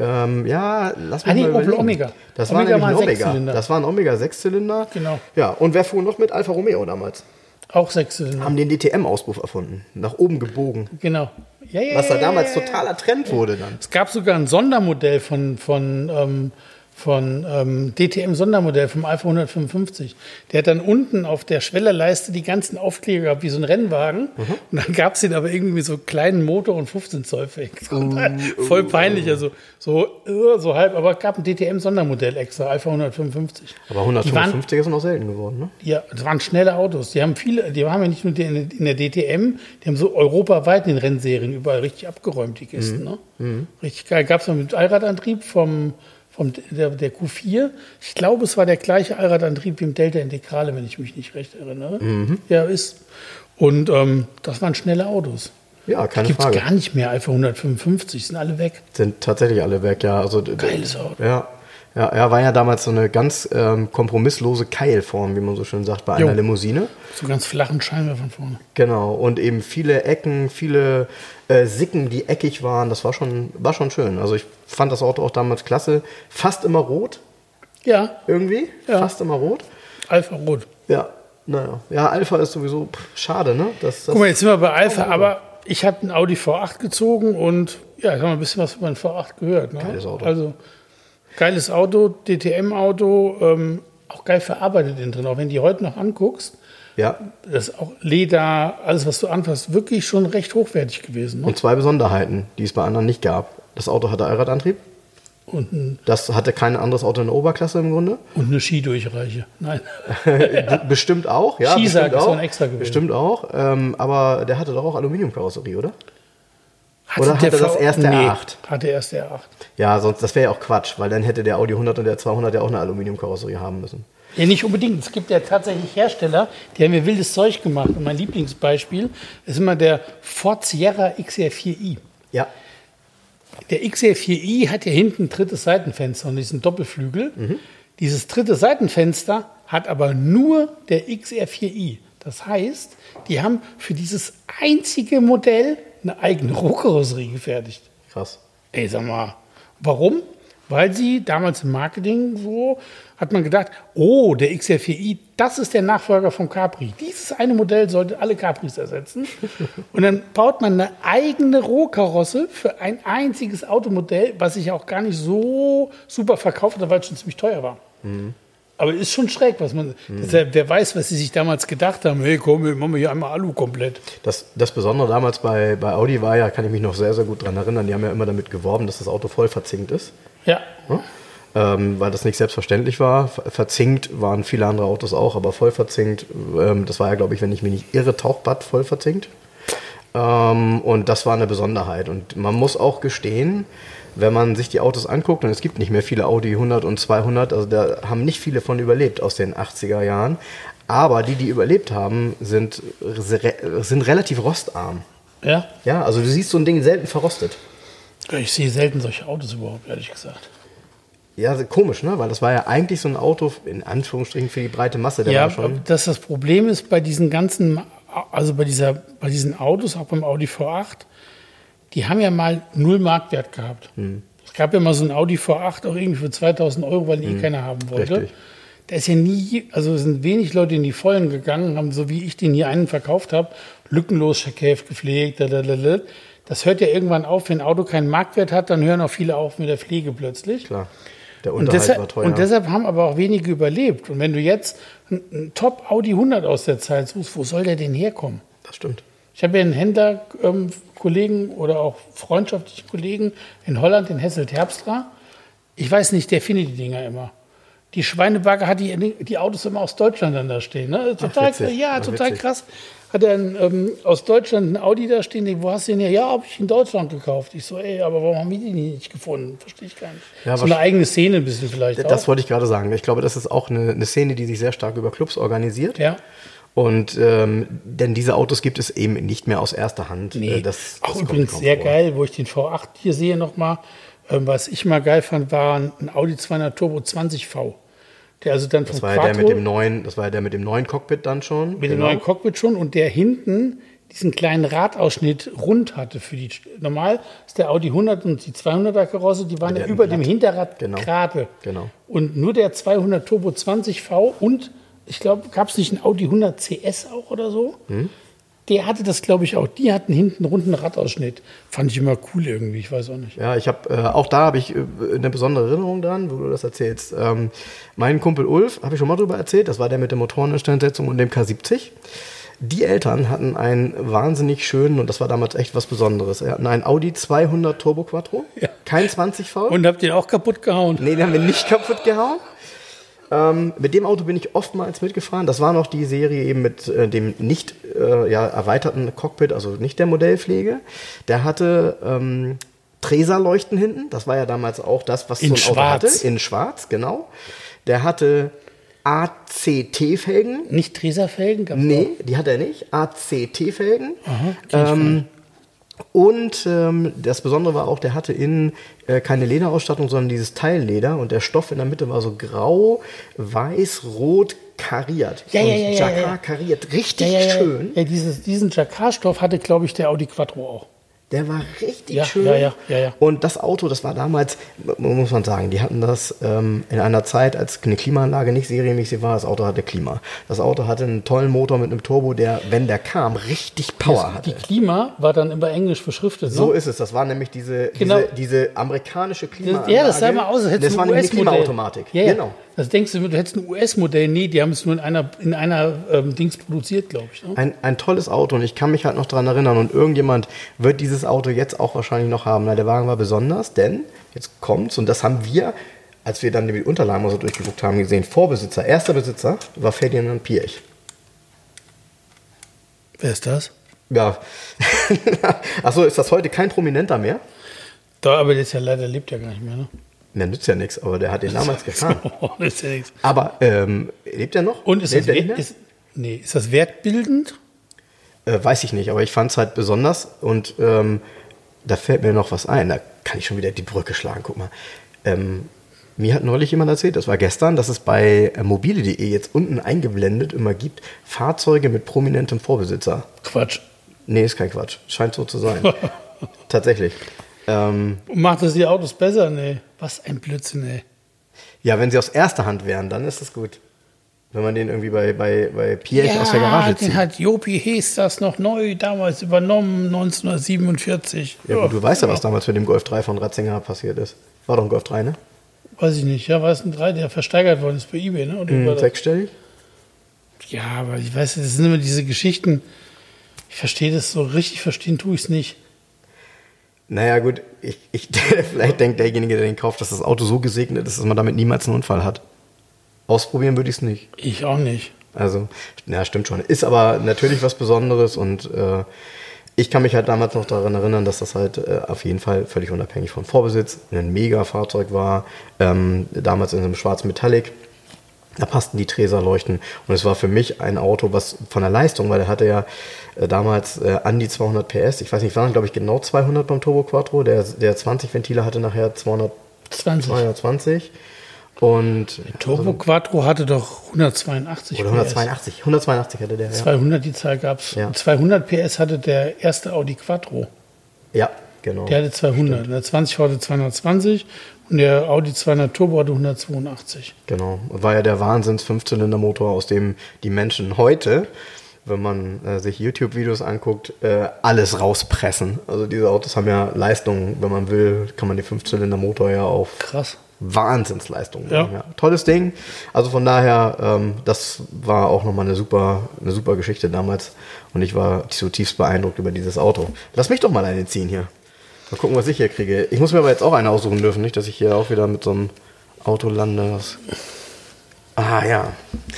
A: Lass mich mal
B: Opel Omega.
A: Das
B: Omega
A: war nämlich ein
B: Omega.
A: Das war ein Omega 6-Zylinder.
B: Genau.
A: Ja, und wer fuhr noch mit? Alfa Romeo damals.
B: Auch 6-Zylinder.
A: Haben den DTM-Auspuff erfunden. Nach oben gebogen.
B: Genau. Ja,
A: Was da damals totaler Trend wurde dann.
B: Es gab sogar ein Sondermodell von DTM-Sondermodell vom Alpha 155. Der hat dann unten auf der Schwellerleiste die ganzen Aufkleber gehabt, wie so ein Rennwagen. Und dann gab es den aber irgendwie mit so kleinen Motor und 15 Zoll Fake. Voll peinlich, also so halb. Aber es gab ein DTM-Sondermodell extra, Alpha 155.
A: Aber 155 sind auch selten geworden, ne?
B: Ja, das waren schnelle Autos. Die haben ja nicht nur in der DTM, die haben so europaweit in den Rennserien überall richtig abgeräumt, die Kisten. Ne? Richtig geil. Gab es noch mit Allradantrieb der Q4. Ich glaube, es war der gleiche Allradantrieb wie im Delta Integrale, wenn ich mich nicht recht erinnere. Ja, ist. Und das waren schnelle Autos.
A: Ja, keine
B: Gibt's
A: Frage.
B: Gar nicht mehr. Alpha 155 sind alle weg.
A: Sind tatsächlich alle weg, ja. Also,
B: Geiles Auto.
A: Ja, war ja damals so eine ganz kompromisslose Keilform, wie man so schön sagt, bei einer Limousine.
B: So ganz flachen Scheinwerfern vorne.
A: Genau, und eben viele Ecken, viele Sicken, die eckig waren. Das war schon schön. Also ich fand das Auto auch damals klasse. Fast immer rot.
B: Ja.
A: Irgendwie.
B: Ja.
A: Fast immer rot.
B: Alpha Rot.
A: Ja, naja. Ja, Alpha ist sowieso schade, ne?
B: Guck mal, jetzt sind wir bei Alpha, aber ich habe einen Audi V8 gezogen und ja, ich habe ein bisschen was über den V8 gehört. Ne?
A: Geiles Auto.
B: Also, geiles Auto, DTM-Auto, auch geil verarbeitet innen drin. Auch wenn du die heute noch anguckst,
A: Ja.
B: das ist auch Leder, alles, was du anfasst, wirklich schon recht hochwertig gewesen. Ne?
A: Und zwei Besonderheiten, die es bei anderen nicht gab. Das Auto hatte Allradantrieb. Das hatte kein anderes Auto in der Oberklasse im Grunde.
B: Und eine Skidurchreiche. Nein.
A: Bestimmt auch, ja.
B: Skisack
A: bestimmt
B: ist
A: auch.
B: so ein extra gewesen.
A: Bestimmt auch. Aber der hatte doch auch Aluminiumkarosserie, oder? Oder hatte das erst der R8?
B: Hatte erst der R8.
A: Ja, sonst, das wäre ja auch Quatsch, weil dann hätte der Audi 100 und der 200 ja auch eine Aluminiumkarosserie haben müssen.
B: Ja, nicht unbedingt. Es gibt ja tatsächlich Hersteller, die haben mir wildes Zeug gemacht. Und mein Lieblingsbeispiel ist immer der Ford Sierra XR4i.
A: Ja.
B: Der XR4i hat ja hinten ein drittes Seitenfenster und diesen Doppelflügel. Dieses dritte Seitenfenster hat aber nur der XR4i. Das heißt, die haben für dieses einzige Modell eine eigene Rohkarosserie gefertigt.
A: Krass.
B: Ey, sag mal, warum? Weil sie damals im Marketing so, hat man gedacht, oh, der XR4i, das ist der Nachfolger vom Capri. Dieses eine Modell sollte alle Capris ersetzen. Und dann baut man eine eigene Rohkarosse für ein einziges Automodell, was sich auch gar nicht so super verkauft hat, weil es schon ziemlich teuer war. Aber ist schon schräg, was man. Wer weiß, was sie sich damals gedacht haben. Hey, komm, wir machen hier einmal Alu komplett.
A: Das Besondere damals bei Audi war ja, kann ich mich noch sehr, sehr gut dran erinnern, die haben ja immer damit geworben, dass das Auto voll verzinkt ist.
B: Ja.
A: Weil das nicht selbstverständlich war. Verzinkt waren viele andere Autos auch, aber voll verzinkt, das war ja, glaube ich, wenn ich mich nicht irre, Tauchbad voll verzinkt. Und das war eine Besonderheit. Und man muss auch gestehen, wenn man sich die Autos anguckt, und es gibt nicht mehr viele Audi 100 und 200, also da haben nicht viele von überlebt aus den 80er Jahren, aber die überlebt haben, sind relativ rostarm.
B: Ja?
A: Ja, also du siehst so ein Ding selten verrostet.
B: Ich sehe selten solche Autos überhaupt, ehrlich gesagt.
A: Ja, komisch, ne? Weil das war ja eigentlich so ein Auto, in Anführungsstrichen, für die breite Masse. Der
B: Ja,
A: war schon
B: das Problem ist bei diesen ganzen, also bei diesen Autos, auch beim Audi V8, die haben ja mal 0 Marktwert gehabt. Es gab ja mal so ein Audi V8 auch irgendwie für 2.000 €, weil ihn keiner haben wollte.
A: Richtig.
B: Da ist ja nie, also sind wenig Leute in die Vollen gegangen, haben so wie ich den hier einen verkauft habe, lückenlos Schackheft gepflegt, Das hört ja irgendwann auf, wenn ein Auto keinen Marktwert hat, dann hören auch viele auf mit der Pflege plötzlich.
A: klar. Der Unterhalt war teuer.
B: Und deshalb haben aber auch wenige überlebt. Und wenn du jetzt einen Top Audi 100 aus der Zeit suchst, wo soll der denn herkommen?
A: Das stimmt.
B: Ich habe ja einen Händler-Kollegen oder auch freundschaftlichen Kollegen in Holland, den Hesselt Herbstra. Ich weiß nicht, der findet die Dinger immer. Die Schweinebagger hat die Autos immer aus Deutschland dann da stehen. Ne? Total, total krass. Hat er aus Deutschland einen Audi da stehen, wo hast du den her? Ja, habe ich in Deutschland gekauft. Ich so, aber warum haben wir die nicht gefunden? Verstehe ich gar nicht.
A: Ja,
B: so eine eigene Szene ein bisschen vielleicht
A: Das
B: auch.
A: wollte ich gerade sagen. Ich glaube, das ist auch eine Szene, die sich sehr stark über Clubs organisiert.
B: Ja.
A: Und denn diese Autos gibt es eben nicht mehr aus erster Hand.
B: Nee.
A: Das
B: Auch
A: kommt
B: übrigens
A: kaum
B: sehr
A: vor.
B: geil, wo ich den V8 hier sehe nochmal. Was ich mal geil fand, war ein Audi 200 Turbo 20V. Der also dann
A: Das
B: vom
A: war ja
B: Quattro,
A: das war ja der mit dem neuen Cockpit dann schon.
B: mit dem neuen Cockpit schon und der hinten diesen kleinen Radausschnitt rund hatte für die. Normal ist der Audi 100 und die 200er Karosse, die waren
A: Der
B: ja
A: hat
B: über
A: ein
B: dem
A: Blatt.
B: Hinterrad
A: Genau.
B: gerade.
A: Genau.
B: Und nur der 200 Turbo 20V und ich glaube, gab es nicht einen Audi 100 CS auch oder so? Der hatte das, glaube ich, auch. Die hatten hinten einen runden Radausschnitt. Fand ich immer cool irgendwie, ich weiß auch nicht.
A: Ja, ich habe auch da habe ich eine besondere Erinnerung dran, wo du das erzählst. Mein Kumpel Ulf, habe ich schon mal drüber erzählt, das war der mit der Motoreninstandsetzung und dem K70. Die Eltern hatten einen wahnsinnig schönen, und das war damals echt was Besonderes. Er hatten einen Audi 200 Turbo Quattro, kein 20V.
B: Und habt ihr den auch kaputt gehauen?
A: Nee, den haben wir nicht kaputt gehauen. Mit dem Auto bin ich oftmals mitgefahren. Das war noch die Serie eben mit dem nicht erweiterten Cockpit, also nicht der Modellpflege. Der hatte Tresa-Leuchten hinten. Das war ja damals auch das, was
B: In
A: so ein Auto hatte.
B: schwarz.
A: In schwarz, genau. Der hatte ACT-Felgen.
B: Nicht Tresa-Felgen? Gab's
A: Nee, die hat er nicht. ACT-Felgen.
B: Aha, kenn ich
A: Und das Besondere war auch, der hatte innen keine Lederausstattung, sondern dieses Teilleder. Und der Stoff in der Mitte war so grau, weiß, rot kariert.
B: Ja,
A: und
B: ja, ja, ja,
A: Jacquard
B: ja.
A: kariert. Richtig
B: Ja.
A: schön.
B: Ja, diesen Jacquard-Stoff hatte, glaube ich, der Audi Quattro auch.
A: Der war richtig
B: Ja,
A: schön.
B: ja.
A: Und das Auto, das war damals, muss man sagen, die hatten das in einer Zeit, als eine Klimaanlage nicht serienmäßig war. Das Auto hatte Klima. Das Auto hatte einen tollen Motor mit einem Turbo, der, wenn der kam, richtig Power hatte.
B: Die Klima war dann immer englisch beschriftet.
A: So
B: ne?
A: ist es. Das war nämlich diese amerikanische Klimaanlage.
B: Ja, das sah mal aus, als hättest
A: das
B: du
A: war
B: ein
A: nämlich eine
B: US-Modell.
A: Klimaautomatik.
B: Ja.
A: Genau.
B: Das denkst du, du hättest ein US-Modell. Nee, die haben es nur in einer Dings produziert, glaube ich. Ne?
A: Ein tolles Auto, und ich kann mich halt noch dran erinnern, und irgendjemand wird dieses Auto jetzt auch wahrscheinlich noch haben. Na, der Wagen war besonders, denn, jetzt kommt's, und das haben wir, als wir dann die Unterlagen mal so durchgeguckt haben, gesehen, Vorbesitzer, erster Besitzer war Ferdinand Piech.
B: Wer ist das?
A: Ja. Achso, ist das heute kein Prominenter mehr?
B: Da, aber der ist ja leider, lebt ja gar nicht mehr. Ne?
A: Der nützt ja nichts, aber der hat den damals getan.
B: Das ist ja nichts.
A: Aber lebt er noch?
B: Und ist
A: Lebt
B: das,
A: er nicht mehr?
B: ist das wertbildend?
A: Weiß ich nicht, aber ich fand es halt besonders, und da fällt mir noch was ein. Da kann ich schon wieder die Brücke schlagen. Guck mal. Mir hat neulich jemand erzählt, das war gestern, dass es bei mobile.de jetzt unten eingeblendet immer gibt, Fahrzeuge mit prominentem Vorbesitzer.
B: Quatsch.
A: Nee, ist kein Quatsch. Scheint so zu sein. Tatsächlich.
B: Macht das die Autos besser? Nee. Was ein Blödsinn, ey.
A: Ja, wenn sie aus erster Hand wären, dann ist das gut. Wenn man den irgendwie bei Piech aus der Garage zieht.
B: Den hat Jopi Hees das noch neu damals übernommen, 1947.
A: Ja, gut, du weißt ja, was damals mit dem Golf 3 von Ratzinger passiert ist. War doch ein Golf 3, ne?
B: Weiß ich nicht. Ja, war es ein 3, der versteigert worden ist bei eBay, ne? Oder war das-
A: Sechsstellig?
B: Ja, aber ich weiß, das sind immer diese Geschichten. Ich verstehe das so richtig, verstehen tue ich es nicht.
A: Naja, gut, vielleicht denkt derjenige, der den kauft, dass das Auto so gesegnet ist, dass man damit niemals einen Unfall hat. Ausprobieren würde ich es nicht.
B: Ich auch nicht.
A: Also, ja, stimmt schon. Ist aber natürlich was Besonderes, und ich kann mich halt damals noch daran erinnern, dass das halt auf jeden Fall völlig unabhängig vom Vorbesitz ein Mega-Fahrzeug war. Damals in einem schwarzen Metallic. Da passten die Tresa-Leuchten, und es war für mich ein Auto, was von der Leistung, weil er hatte ja damals an die 200 PS, ich weiß nicht, waren glaube ich genau 200 beim Turbo Quattro, der 20 Ventile hatte nachher 220 und
B: Turbo Quattro hatte doch 182
A: oder 182 hatte der, ja.
B: 200, die Zahl gab es.
A: Ja.
B: 200 PS hatte der erste Audi Quattro.
A: Ja, genau.
B: Der hatte 200. Der 20 hatte 220 und der Audi 200 Turbo hatte 182.
A: Genau. War ja der Wahnsinns-Fünfzylindermotor, aus dem die Menschen heute, wenn man sich YouTube-Videos anguckt, alles rauspressen. Also diese Autos haben ja Leistungen, wenn man will, kann man den Fünfzylindermotor ja auf
B: Krass.
A: Wahnsinnsleistung
B: Ja.
A: bringen. Ja. Tolles Ding. Also von daher, das war auch nochmal eine super Geschichte damals, und ich war zutiefst beeindruckt über dieses Auto. Lass mich doch mal eine ziehen hier. Mal gucken, was ich hier kriege. Ich muss mir aber jetzt auch eine aussuchen dürfen, nicht, dass ich hier auch wieder mit so einem Auto lande. Ah, ja.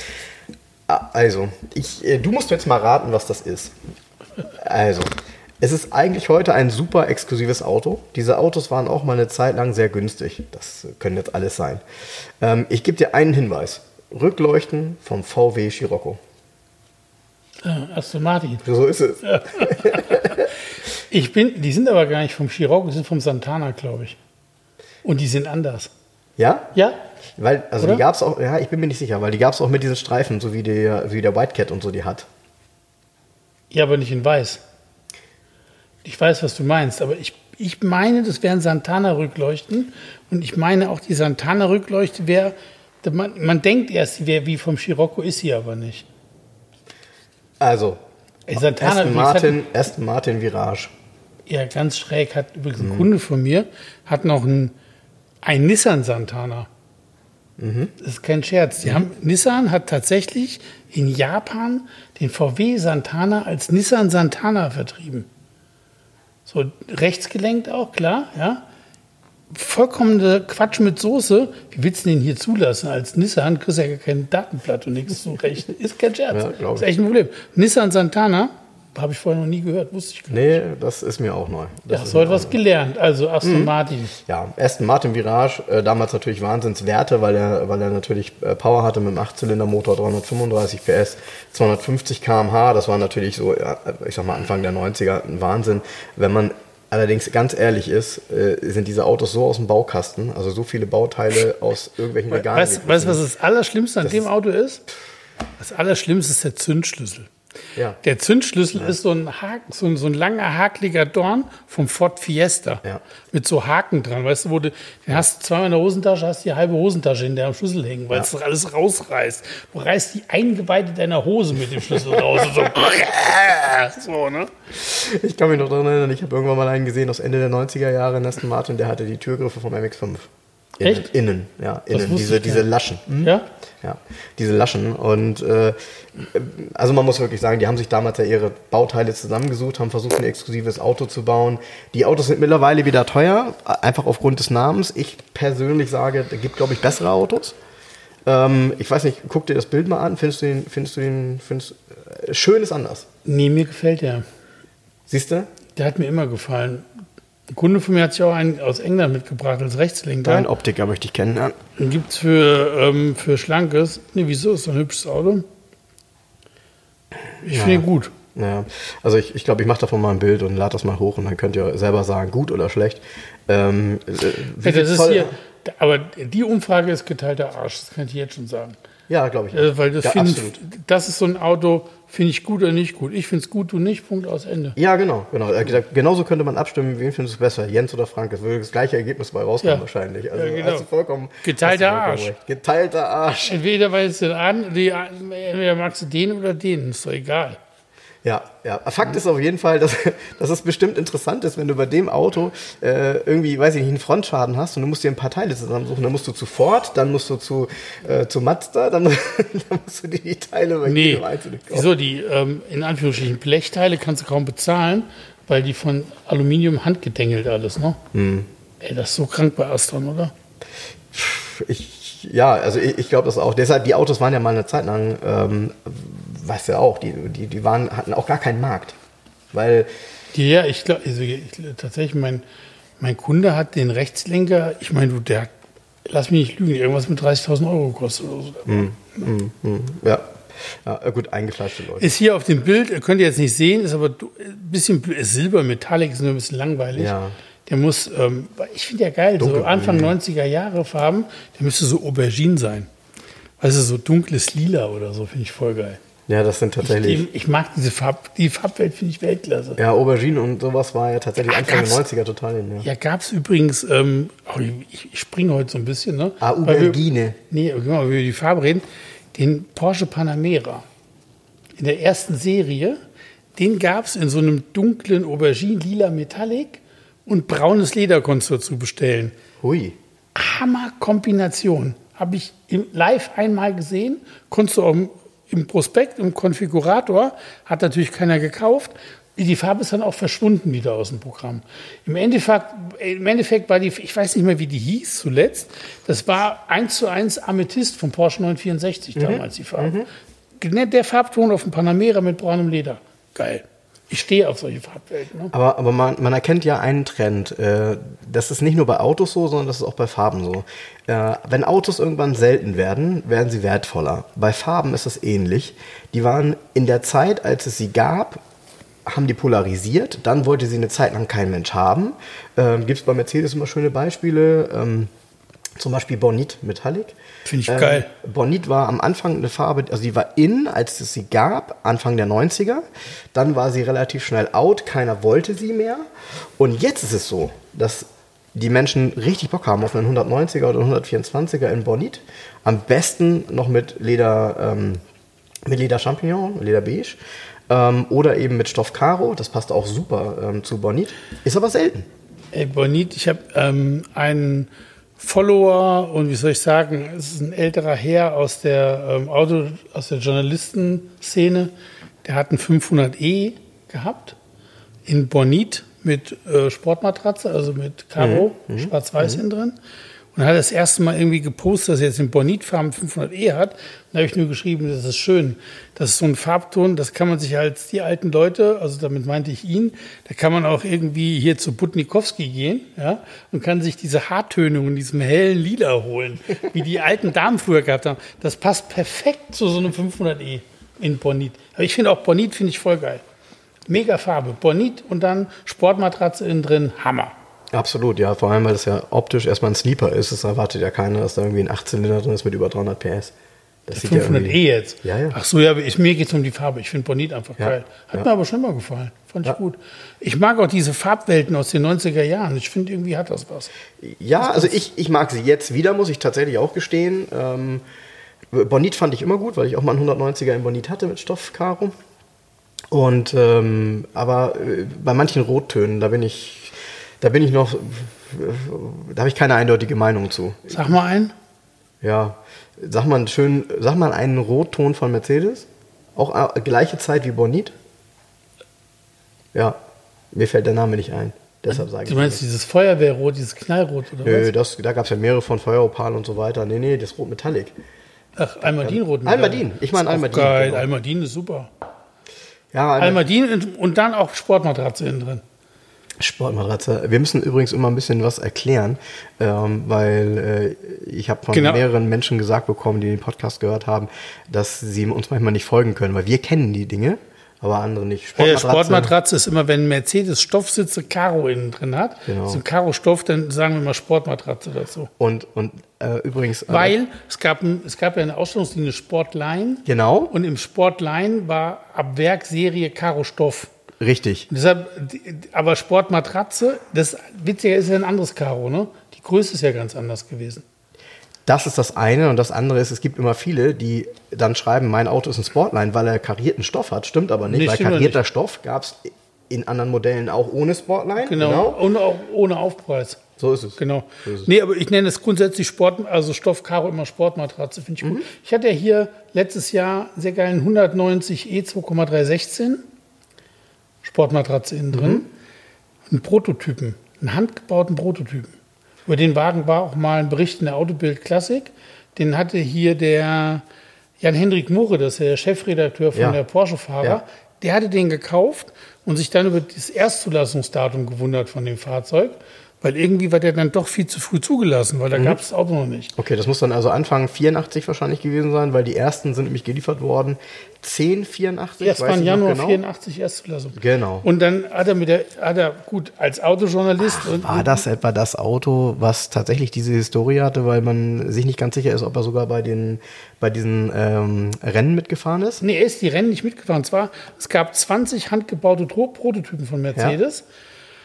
A: Also, du musst jetzt mal raten, was das ist. Also, es ist eigentlich heute ein super exklusives Auto. Diese Autos waren auch mal eine Zeit lang sehr günstig. Das können jetzt alles sein. Ich gebe dir einen Hinweis. Rückleuchten vom VW Scirocco.
B: Aston Martin.
A: So ist es.
B: Die sind aber gar nicht vom Scirocco, die sind vom Santana, glaube ich. Und die sind anders.
A: Ja?
B: Ja?
A: Weil, also
B: Oder?
A: die gab es auch, ja, ich bin mir nicht sicher, weil die gab es auch mit diesen Streifen, so wie der White Cat und so die hat.
B: Ja, aber nicht in weiß. Ich weiß, was du meinst, aber ich meine, das wären Santana-Rückleuchten. Und ich meine auch, die Santana-Rückleuchte wäre Man denkt erst, sie wäre wie vom Scirocco, ist sie aber nicht.
A: Also,
B: Santana
A: Aston Martin Virage.
B: Ja, ganz schräg. Hat übrigens ein Kunde von mir, hat noch ein Nissan Santana. Das ist kein Scherz. Nissan hat tatsächlich in Japan den VW Santana als Nissan Santana vertrieben. So rechtsgelenkt auch, klar, ja. Vollkommene Quatsch mit Soße. Wie willst du den hier zulassen als Nissan? Kriegst ja gar kein Datenblatt und nichts zu rechnen. Ist kein Scherz.
A: Ja,
B: ist echt ein Problem. Nissan Santana, habe ich vorher noch nie gehört, wusste ich gar nicht.
A: Nee, das ist mir auch neu.
B: Ja, hast heute was gelernt. Also Aston Martin.
A: Ja, Aston Martin Virage, damals natürlich Wahnsinnswerte, weil er natürlich Power hatte mit einem 8-Zylinder-Motor, 335 PS, 250 km/h. Das war natürlich so, ja, ich sag mal Anfang der 90er ein Wahnsinn. Wenn man allerdings ganz ehrlich ist, sind diese Autos so aus dem Baukasten, also so viele Bauteile aus irgendwelchen Regalen.
B: Weißt du, was das Allerschlimmste an dem Auto ist? Das Allerschlimmste ist der Zündschlüssel.
A: Ja.
B: Der Zündschlüssel ist so ein langer, hakeliger Dorn vom Ford Fiesta.
A: Ja.
B: Mit so Haken dran. Weißt du, den hast du zweimal in der Hosentasche, hast die halbe Hosentasche in der am Schlüssel hängen, weil es doch alles rausreißt. Du reißt die Eingeweide deiner Hose mit dem Schlüssel raus. Und so, ne?
A: Ich kann mich noch daran erinnern, ich habe irgendwann mal einen gesehen aus Ende der 90er Jahre in Aston Martin, der hatte die Türgriffe vom MX-5.
B: Echt?
A: Innen. Diese Laschen.
B: Ja?
A: Ja, diese Laschen. Und also man muss wirklich sagen, die haben sich damals ja ihre Bauteile zusammengesucht, haben versucht, ein exklusives Auto zu bauen. Die Autos sind mittlerweile wieder teuer, einfach aufgrund des Namens. Ich persönlich sage, da gibt, glaube ich, bessere Autos. Ich weiß nicht, guck dir das Bild mal an. Findest du schön ist anders.
B: Nee, mir gefällt der.
A: Siehst du?
B: Der hat mir immer gefallen. Ein Kunde von mir hat sich auch einen aus England mitgebracht als Rechtslenker.
A: Dein Optiker möchte ich kennen, ja.
B: Den gibt es für Schlankes. Nee, wieso? Ist so ein hübsches Auto. Ich finde ihn gut.
A: Ja, also ich glaube, ich mache davon mal ein Bild und lade das mal hoch und dann könnt ihr selber sagen, gut oder schlecht.
B: Das ist hier, aber die Umfrage ist geteilter Arsch, das kann ich jetzt schon sagen.
A: Ja, glaube ich.
B: Weil das ist so ein Auto, finde ich gut oder nicht gut. Ich finde es gut, du nicht, Punkt, aus Ende.
A: Ja, genau. Genauso könnte man abstimmen, wen findest du besser, Jens oder Frank. Es würde das gleiche Ergebnis bei rauskommen wahrscheinlich. Also
B: ja, genau.
A: hast du vollkommen
B: geteilter Arsch.
A: Recht. Geteilter Arsch.
B: Entweder weißt du entweder magst du den oder den, ist doch egal.
A: Ja. Fakt ist auf jeden Fall, dass es bestimmt interessant ist, wenn du bei dem Auto irgendwie, weiß ich nicht, einen Frontschaden hast und du musst dir ein paar Teile zusammensuchen. Dann musst du zu Ford, dann musst du zu Mazda, dann musst du dir die Teile bei jedem Einzelnen kaufen.
B: Wieso? Die, in Anführungsstrichen, Blechteile kannst du kaum bezahlen, weil die von Aluminium handgedengelt alles, ne? Ey, das ist so krank bei Astron, oder?
A: Ich glaube das auch. Deshalb, die Autos waren ja mal eine Zeit lang, weißt du auch, die hatten auch gar keinen Markt. Weil.
B: Ja, ich glaube, tatsächlich, mein Kunde hat den Rechtslenker, ich meine, der hat, lass mich nicht lügen, irgendwas mit 30.000 Euro gekostet oder so.
A: Ja, gut, eingefleischte Leute.
B: Ist hier auf dem Bild, könnt ihr jetzt nicht sehen, ist aber ein bisschen Silber, Metallic, ist nur ein bisschen langweilig.
A: Ja.
B: Der muss, ich finde ja geil, so Anfang 90er Jahre Farben, der müsste so Aubergine sein. Also so dunkles Lila oder so, finde ich voll geil.
A: Ja, das sind tatsächlich.
B: Ich mag die Farbwelt, finde ich Weltklasse.
A: Ja, Aubergine und sowas war ja tatsächlich Anfang der 90er total hin.
B: Ja, gab es übrigens, ich springe heute so ein bisschen, ne?
A: Aubergine.
B: Wenn wir über die Farbe reden, den Porsche Panamera in der ersten Serie, den gab es in so einem dunklen Aubergine-lila Metallic und braunes Leder konntest du dazu bestellen.
A: Hui.
B: Hammer-Kombination. Habe ich live einmal gesehen, konntest du auch im Prospekt, im Konfigurator, hat natürlich keiner gekauft. Die Farbe ist dann auch verschwunden wieder aus dem Programm. Im Endeffekt war die, ich weiß nicht mehr, wie die hieß zuletzt, das war 1:1 Amethyst vom Porsche 964 damals, die Farbe. Der Farbton auf dem Panamera mit braunem Leder. Geil. Ich stehe auf solche Farbwelten. Ne?
A: Aber man erkennt ja einen Trend. Das ist nicht nur bei Autos so, sondern das ist auch bei Farben so. Wenn Autos irgendwann selten werden, werden sie wertvoller. Bei Farben ist das ähnlich. Die waren in der Zeit, als es sie gab, haben die polarisiert. Dann wollte sie eine Zeit lang kein Mensch haben. Gibt es bei Mercedes immer schöne Beispiele. Zum Beispiel Bonit Metallic.
B: Finde ich geil.
A: Bonit war am Anfang eine Farbe, also die war in, als es sie gab, Anfang der 90er. Dann war sie relativ schnell out, keiner wollte sie mehr. Und jetzt ist es so, dass die Menschen richtig Bock haben auf einen 190er oder 124er in Bornit, am besten noch mit Leder Champignon, Leder Beige, oder eben mit Stoff Karo, das passt auch super zu Bornit, ist aber selten.
B: Bornit, ich habe einen Follower und wie soll ich sagen, es ist ein älterer Herr aus der Journalistenszene, der hat einen 500e gehabt in Bornit mit Sportmatratze, also mit Karo, schwarz-weiß innen drin. Und er hat das erste Mal irgendwie gepostet, dass er jetzt den Bornitfarben 500e hat. Da habe ich nur geschrieben, das ist schön. Das ist so ein Farbton, das kann man sich als die alten Leute, also damit meinte ich ihn, da kann man auch irgendwie hier zu Butnikowski gehen, ja, und kann sich diese Haartönung in diesem hellen Lila holen, wie die alten Damen früher gehabt haben. Das passt perfekt zu so einem 500e in Bornit. Aber ich finde auch Bornit finde ich voll geil. Mega Farbe. Bornit und dann Sportmatratze innen drin, Hammer.
A: Absolut, ja, vor allem, weil es ja optisch erstmal ein Sleeper ist. Das erwartet ja keiner, dass da irgendwie ein 8-Zylinder drin ist mit über 300 PS. Das sieht
B: 500e
A: ja
B: jetzt?
A: Ja, ja.
B: Ach so, ja, mir geht es um die Farbe. Ich finde Bornit einfach geil. Hat mir aber schon immer gefallen. Fand ich gut. Ich mag auch diese Farbwelten aus den 90er Jahren. Ich finde, irgendwie hat das was.
A: Ja, also ich mag sie jetzt wieder, muss ich tatsächlich auch gestehen. Bornit fand ich immer gut, weil ich auch mal einen 190er in Bornit hatte mit Stoffkaro. Und aber bei manchen Rottönen, da habe ich keine eindeutige Meinung zu.
B: Sag mal einen.
A: Ja, sag mal einen Rotton von Mercedes. Auch gleiche Zeit wie Bornit. Ja, mir fällt der Name nicht ein. Deshalb sage ich.
B: Du meinst dieses Feuerwehrrot, dieses Knallrot oder
A: was?
B: was?
A: Da gab es ja mehrere von Feueropal und so weiter. Nee, das Rot Metallic.
B: Ach, Almadin-Rot.
A: Almadin, ich meine Almadin.
B: Geil, genau. Almadin ist super.
A: Ja,
B: Almadin und dann auch Sportmatratze innen drin.
A: Sportmatratze. Wir müssen übrigens immer ein bisschen was erklären, weil ich habe von mehreren Menschen gesagt bekommen, die den Podcast gehört haben, dass sie uns manchmal nicht folgen können, weil wir kennen die Dinge, aber andere nicht.
B: Sportmatratze ist immer, wenn ein Mercedes Stoffsitze Karo innen drin hat, so ein Karo-Stoff, dann sagen wir mal Sportmatratze dazu.
A: Und übrigens...
B: Weil es gab ja eine Ausstellungslinie Sportline.
A: Genau.
B: Und im Sportline war ab Werk Serie Karo-Stoff.
A: Richtig.
B: Deshalb, aber Sportmatratze, das Witzige ist ja ein anderes Karo, ne? Die Größe ist ja ganz anders gewesen.
A: Das ist das eine und das andere ist, es gibt immer viele, die dann schreiben, mein Auto ist ein Sportline, weil er karierten Stoff hat. Stimmt aber nicht, weil karierter Stoff gab es in anderen Modellen auch ohne Sportline.
B: Genau. Und auch ohne Aufpreis.
A: So ist es.
B: Genau. So ist es. Nee, aber ich nenne es grundsätzlich Stoff Karo immer Sportmatratze, finde ich gut. Ich hatte ja hier letztes Jahr einen sehr geilen 190e 2,316 Sportmatratze innen drin. Einen Prototypen, einen handgebauten Prototypen. Über den Wagen war auch mal ein Bericht in der Autobild Klassik. Den hatte hier der Jan-Hendrik Murre, das ist der Chefredakteur von der Porsche-Fahrer. Ja. Der hatte den gekauft und sich dann über das Erstzulassungsdatum gewundert von dem Fahrzeug. Weil irgendwie war der dann doch viel zu früh zugelassen, weil da gab es das Auto noch nicht.
A: Okay, das muss dann also Anfang 84 wahrscheinlich gewesen sein, weil die ersten sind nämlich geliefert worden 1084.
B: Erst war Januar 84 Erstzulassung.
A: Genau.
B: Und dann hat er gut, als Autojournalist...
A: War das etwa das Auto, was tatsächlich diese Historie hatte, weil man sich nicht ganz sicher ist, ob er sogar bei diesen Rennen mitgefahren ist?
B: Nee, er ist die Rennen nicht mitgefahren. Es gab 20 handgebaute Prototypen von Mercedes. Ja.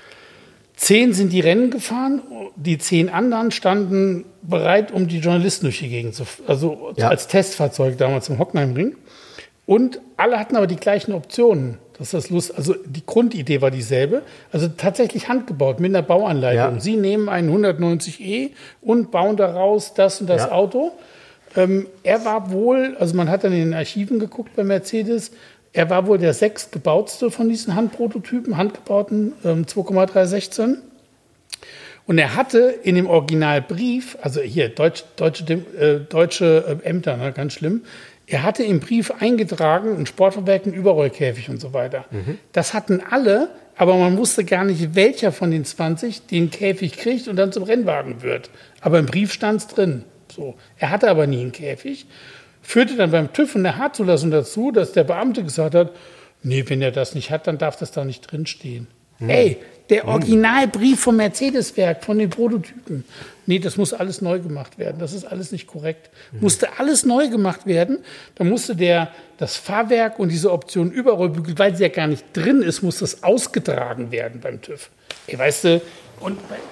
B: 10 sind die Rennen gefahren, die 10 anderen standen bereit, um die Journalisten durch die Gegend zu fahren. Also als Testfahrzeug damals im Hockenheimring. Und alle hatten aber die gleichen Optionen. Das ist das Lust. Also die Grundidee war dieselbe. Also tatsächlich handgebaut mit einer Bauanleitung. Ja. Sie nehmen einen 190e und bauen daraus das und das Auto. Er war wohl, also man hat dann in den Archiven geguckt bei Mercedes, er war wohl der 6. gebautste von diesen handgebauten 2,316. Und er hatte in dem Originalbrief, also hier deutsche Ämter, ne, ganz schlimm, er hatte im Brief eingetragen, ein Sportverwerk, ein Überrollkäfig und so weiter. Das hatten alle, aber man wusste gar nicht, welcher von den 20 den Käfig kriegt und dann zum Rennwagen wird. Aber im Brief stand es drin. So. Er hatte aber nie einen Käfig. Führte dann beim TÜV und der H-Zulassung dazu, dass der Beamte gesagt hat, nee, wenn er das nicht hat, dann darf das da nicht drinstehen. Ey, der Originalbrief vom Mercedes-Werk, von den Prototypen. Nee, das muss alles neu gemacht werden. Das ist alles nicht korrekt. Musste alles neu gemacht werden. Dann musste das Fahrwerk und diese Option Überrollbügel, weil sie ja gar nicht drin ist, muss das ausgetragen werden beim TÜV. Ey, weißt du, und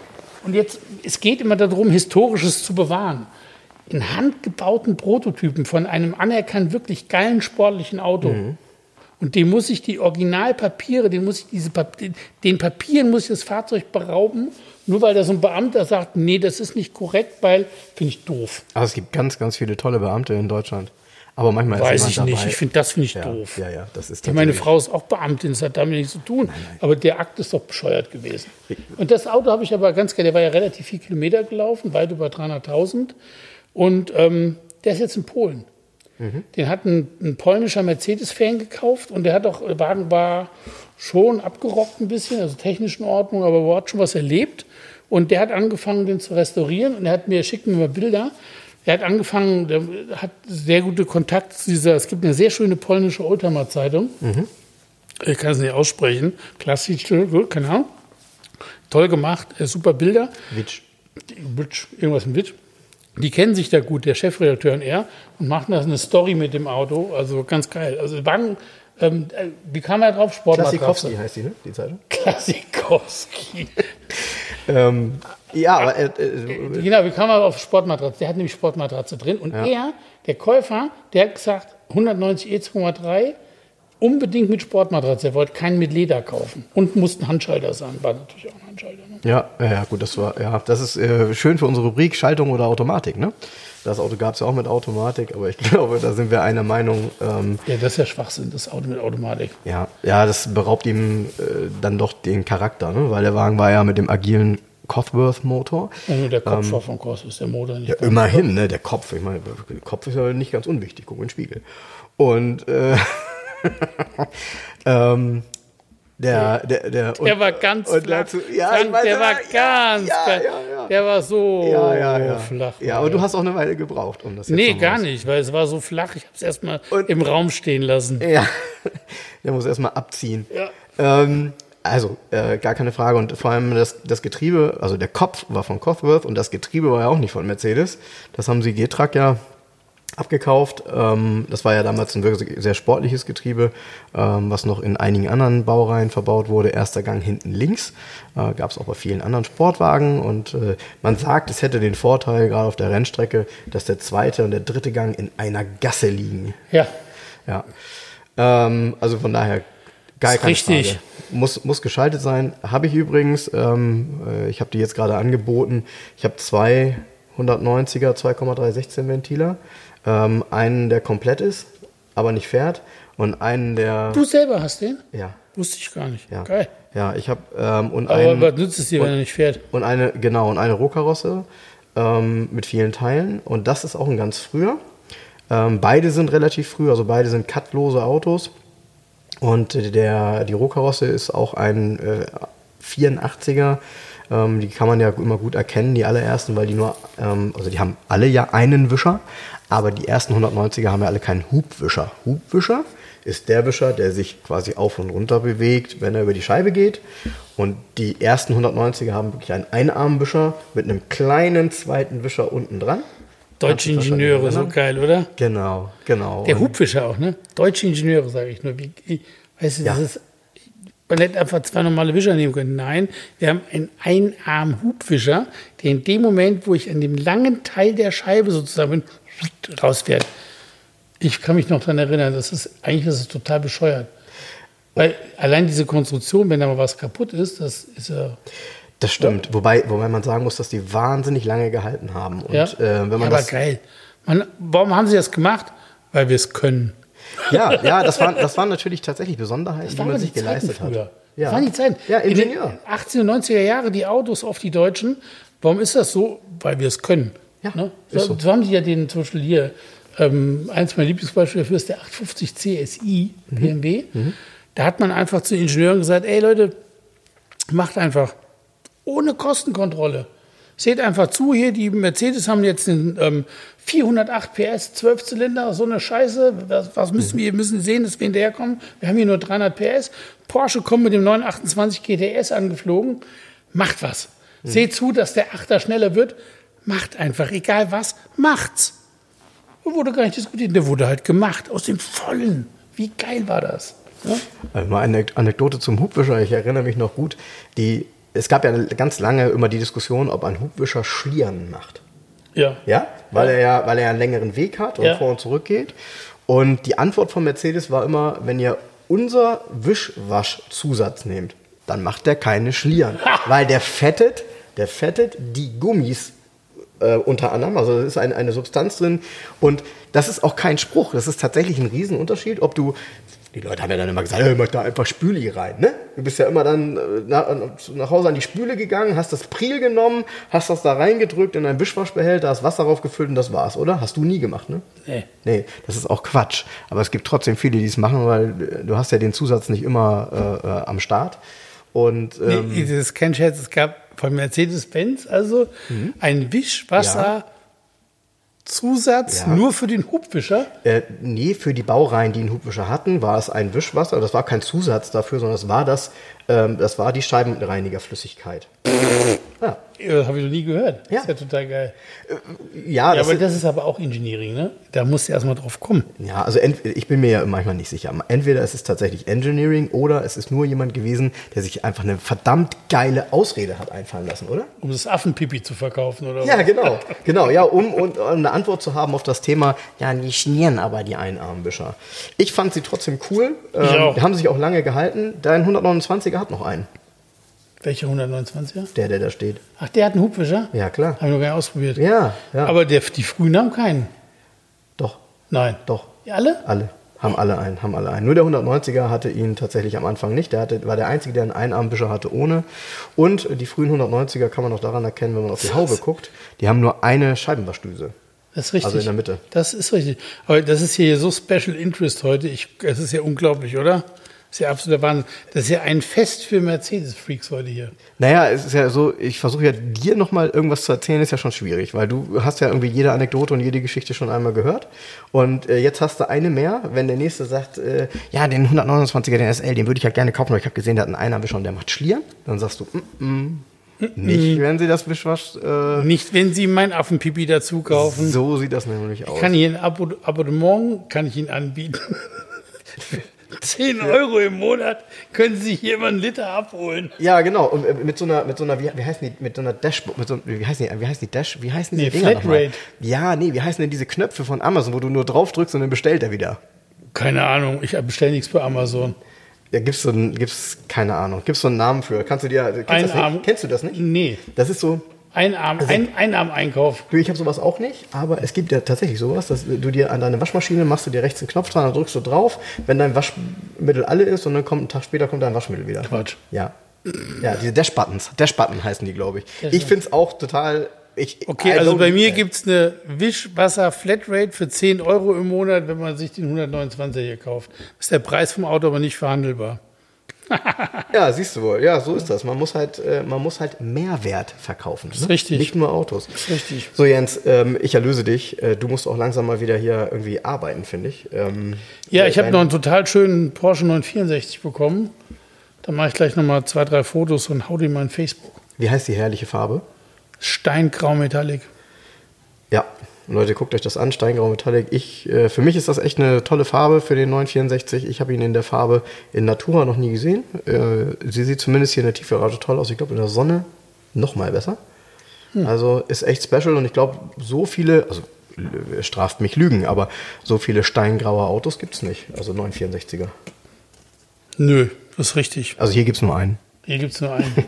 B: Und jetzt, es geht immer darum, Historisches zu bewahren. In handgebauten Prototypen von einem anerkannt wirklich geilen sportlichen Auto. Und dem muss ich die Originalpapiere, den Papieren muss ich das Fahrzeug berauben, nur weil da so ein Beamter sagt, nee, das ist nicht korrekt, weil, finde ich doof.
A: Aber es gibt ganz, ganz viele tolle Beamte in Deutschland. Aber manchmal
B: Weiß
A: ist
B: ich
A: jemand
B: nicht,
A: dabei.
B: das finde ich doof.
A: Ja, das ist
B: Meine Frau ist auch Beamtin, das hat damit nichts zu tun. Nein. Aber der Akt ist doch bescheuert gewesen. Und das Auto habe ich aber ganz gerne, der war ja relativ viel Kilometer gelaufen, weit über 300.000. Und der ist jetzt in Polen. Den hat ein polnischer Mercedes-Fan gekauft und der Wagen war schon abgerockt ein bisschen, also technisch in Ordnung, aber hat schon was erlebt. Und der hat angefangen, den zu restaurieren und schickt mir mal Bilder. Er hat angefangen, der hat sehr gute Kontakte zu es gibt eine sehr schöne polnische Oldtimer-Zeitung. Ich kann es nicht aussprechen. Klassisch, gut, keine Ahnung. Toll gemacht, super Bilder.
A: Witsch,
B: irgendwas mit Witsch. Die kennen sich da gut, der Chefredakteur und er, und machen da eine Story mit dem Auto. Also ganz geil. Also Wagen, wie kam er drauf? Sportmatratze.
A: Klassikowski heißt die, ne? Die Zeitung?
B: Klassikowski.
A: Ja, aber...
B: genau, wie kam er auf Sportmatratze? Der hat nämlich Sportmatratze drin. Und der Käufer, der hat gesagt, 190 E2,3, unbedingt mit Sportmatratze. Er wollte keinen mit Leder kaufen. Und musste einen Handschalter sein. War natürlich auch ein Handschalter. Ne?
A: Ja, gut, das ist schön für unsere Rubrik Schaltung oder Automatik, ne? Das Auto gab es ja auch mit Automatik, aber ich glaube, da sind wir einer Meinung.
B: Ja, das ist ja Schwachsinn, das Auto mit Automatik.
A: Ja, das beraubt ihm dann doch den Charakter, ne? Weil der Wagen war ja mit dem agilen Cosworth-Motor.
B: Ja, nur der Kopf war von Cosworth, der Motor nicht.
A: Ja, immerhin, ne? Der Kopf, ich meine, der Kopf ist ja nicht ganz unwichtig, guck in den Spiegel. Und der
B: war ganz flach.
A: Dazu,
B: der war so flach.
A: Ja, aber du hast auch eine Weile gebraucht, um das jetzt
B: Nee, gar nicht, weil es war so flach, ich habe es erstmal im Raum stehen lassen.
A: Ja, der muss erstmal abziehen.
B: Ja.
A: Also, gar keine Frage. Und vor allem das Getriebe, also der Kopf war von Cosworth und das Getriebe war ja auch nicht von Mercedes. Das haben sie Getrag ja abgekauft. Das war ja damals ein wirklich sehr sportliches Getriebe, was noch in einigen anderen Baureihen verbaut wurde. Erster Gang hinten links. Gab es auch bei vielen anderen Sportwagen. Und man sagt, es hätte den Vorteil, gerade auf der Rennstrecke, dass der zweite und der dritte Gang in einer Gasse liegen.
B: Ja.
A: Also von daher geil, keine
B: richtig.
A: Frage. Muss geschaltet sein. Habe ich übrigens. Ich habe die jetzt gerade angeboten. Ich habe zwei 190er 2,316 Ventiler. Einen, der komplett ist, aber nicht fährt. Und einen, der...
B: Du selber hast den?
A: Ja.
B: Wusste ich gar nicht.
A: Ja.
B: Geil.
A: Ja, ich habe...
B: aber was nützt es dir, wenn er nicht fährt?
A: Und eine Rohkarosse mit vielen Teilen. Und das ist auch ein ganz früher. Beide sind relativ früh, also beide sind cutlose Autos. Und die Rohkarosse ist auch ein 84er. Die kann man ja immer gut erkennen, die allerersten, weil die die haben alle ja einen Wischer, aber die ersten 190er haben ja alle keinen Hubwischer. Hubwischer ist der Wischer, der sich quasi auf und runter bewegt, wenn er über die Scheibe geht. Und die ersten 190er haben wirklich einen Einarmwischer mit einem kleinen zweiten Wischer unten dran.
B: Deutsche Ingenieure, so geil, oder?
A: Genau.
B: Der Hubwischer auch, ne? Deutsche Ingenieure, sage ich nur. Weißt du, das ist... Man hätte einfach zwei normale Wischer nehmen können. Nein, wir haben einen Einarm-Hubwischer, der in dem Moment, wo ich an dem langen Teil der Scheibe sozusagen bin, rausfährt. Ich kann mich noch daran erinnern, eigentlich ist es total bescheuert. Weil allein diese Konstruktion, wenn da mal was kaputt ist, das ist ja...
A: Das stimmt, wobei man sagen muss, dass die wahnsinnig lange gehalten haben. Und, wenn man
B: aber geil. Warum haben sie das gemacht? Weil wir es können.
A: Ja, das waren natürlich tatsächlich Besonderheiten, die man sich geleistet hat.
B: Ja. Das waren die Zeiten.
A: Ja, Ingenieur.
B: In den 80er und 90er Jahre, die Autos auf die Deutschen. Warum ist das so? Weil wir es können.
A: Ja,
B: ne?
A: ist so.
B: So haben die ja zum Beispiel hier, eins meiner Lieblingsbeispiele dafür ist der 850 CSI BMW. Da hat man einfach zu den Ingenieuren gesagt, ey Leute, macht einfach ohne Kostenkontrolle. Seht einfach zu, hier, die Mercedes haben jetzt einen 408 PS, 12 Zylinder, so eine Scheiße. Was müssen wir müssen sehen, dass wir hinterherkommen. Wir haben hier nur 300 PS. Porsche kommt mit dem 928 GTS angeflogen. Macht was. Seht zu, dass der 8er schneller wird. Macht einfach, egal was, macht's. Da wurde gar nicht diskutiert, der wurde halt gemacht, aus dem Vollen. Wie geil war das? Ja?
A: Also mal eine Anekdote zum Hubwischer, ich erinnere mich noch gut, die es gab ja ganz lange immer die Diskussion, ob ein Hubwischer Schlieren macht.
B: Ja.
A: Ja? Weil er ja einen längeren Weg hat und vor und zurück geht. Und die Antwort von Mercedes war immer, wenn ihr unser Wischwaschzusatz nehmt, dann macht der keine Schlieren. Weil der fettet die Gummis unter anderem. Also da ist eine Substanz drin. Und das ist auch kein Spruch. Das ist tatsächlich ein Riesenunterschied, ob du... Die Leute haben ja dann immer gesagt, hey, mach da einfach Spüli rein. Ne? Du bist ja immer dann nach Hause an die Spüle gegangen, hast das Priel genommen, hast das da reingedrückt in einen Wischwaschbehälter, hast Wasser draufgefüllt und das war's, oder? Hast du nie gemacht, ne? Nee, das ist auch Quatsch. Aber es gibt trotzdem viele, die es machen, weil du hast ja den Zusatz nicht immer am Start. Und,
B: das ist kein Scherz, es gab von Mercedes-Benz also ein Wischwasser... Zusatz nur für den Hubwischer?
A: Nee, für die Baureihen, die einen Hubwischer hatten, war es ein Wischwasser. Das war kein Zusatz dafür, sondern das war die Scheibenreinigerflüssigkeit. Ja.
B: Das habe ich noch nie gehört.
A: Ja.
B: Das ist ja total geil.
A: Ja,
B: aber das ist aber auch Engineering, ne? Da musst du erstmal drauf kommen.
A: Ja, also ich bin mir ja manchmal nicht sicher. Entweder es ist tatsächlich Engineering oder es ist nur jemand gewesen, der sich einfach eine verdammt geile Ausrede hat einfallen lassen, oder?
B: Um das Affenpipi zu verkaufen, oder?
A: Ja, genau. Ja, um eine Antwort zu haben auf das Thema, ja, die schnieren aber die Einarmwischer. Ich fand sie trotzdem cool. Die haben sich auch lange gehalten. Dein 129er hat noch einen.
B: Welcher 129er?
A: Der da steht.
B: Ach, der hat einen Hubwischer?
A: Ja, klar.
B: Haben wir noch gar nicht ausprobiert.
A: Ja.
B: Aber die frühen haben keinen.
A: Doch.
B: Nein.
A: Doch.
B: Ja, alle?
A: Alle. Haben alle einen. Nur der 190er hatte ihn tatsächlich am Anfang nicht. War der Einzige, der einen Einarmwischer hatte ohne. Und die frühen 190er kann man auch daran erkennen, wenn man auf die Haube guckt. Die haben nur eine Scheibenwaschdüse.
B: Das ist richtig.
A: Also in der Mitte.
B: Das ist richtig. Aber das ist hier so Special Interest heute. Es ist ja unglaublich, oder? Das ist ja absoluter Wahnsinn. Das ist ja ein Fest für Mercedes-Freaks heute hier.
A: Naja, es ist ja so, ich versuche ja dir nochmal irgendwas zu erzählen, ist ja schon schwierig, weil du hast ja irgendwie jede Anekdote und jede Geschichte schon einmal gehört. Und jetzt hast du eine mehr, wenn der Nächste sagt, ja, den 129er, den SL, den würde ich ja gerne kaufen, aber ich habe gesehen, der hat einen Einarmwischer und der macht Schlieren. Dann sagst du, nicht, wenn sie das Wischwasch...
B: nicht, wenn sie mein Affenpipi dazu kaufen.
A: So sieht das nämlich aus.
B: Ich kann hier ein Abonnement anbieten. 10 Euro im Monat können Sie hier immer einen Liter abholen.
A: Ja, genau. Und mit so einer, wie heißen die, mit so einer Dashboard, wie heißen die Dash, wie heißen diese Dinger nochmal? Ja, nee, wie heißen denn diese Knöpfe von Amazon, wo du nur drauf drückst und dann bestellt er wieder?
B: Keine Ahnung, ich bestelle nichts bei Amazon.
A: Ja, keine Ahnung, gibt's so einen Namen für? Kennst du das nicht?
B: Nee.
A: Das ist so...
B: Einarm-Einkauf.
A: Ich habe sowas auch nicht, aber es gibt ja tatsächlich sowas, dass du dir an deine Waschmaschine machst du dir rechts einen Knopf dran, dann drückst du drauf, wenn dein Waschmittel alle ist und dann kommt ein Tag später dein Waschmittel wieder.
B: Quatsch.
A: Ja, diese Dash-Button heißen die, glaube ich. Ich finde es auch total...
B: Okay, also bei mir gibt es eine Wischwasser-Flatrate für 10 Euro im Monat, wenn man sich den 129 hier kauft. Ist der Preis vom Auto aber nicht verhandelbar.
A: Ja, siehst du wohl. Ja, so ist das. Man muss halt Mehrwert verkaufen.
B: Das ist richtig.
A: Nicht nur Autos.
B: Das ist richtig.
A: So, Jens, ich erlöse dich. Du musst auch langsam mal wieder hier irgendwie arbeiten, finde ich.
B: Ich habe noch einen total schönen Porsche 964 bekommen. Da mache ich gleich nochmal 2, 3 Fotos und hau die mal in Facebook.
A: Wie heißt die herrliche Farbe?
B: Steingrau Metallic.
A: Ja, Leute, guckt euch das an, Steingrau Metallic. Für mich ist das echt eine tolle Farbe für den 964. Ich habe ihn in der Farbe in Natura noch nie gesehen. Sie sieht zumindest hier in der Tiefgarage toll aus. Ich glaube, in der Sonne noch mal besser. Also ist echt special und ich glaube, so viele, also straft mich Lügen, aber so viele steingraue Autos gibt es nicht. Also 964er.
B: Nö, das ist richtig.
A: Also hier gibt es nur einen.
B: Hier gibt es nur einen.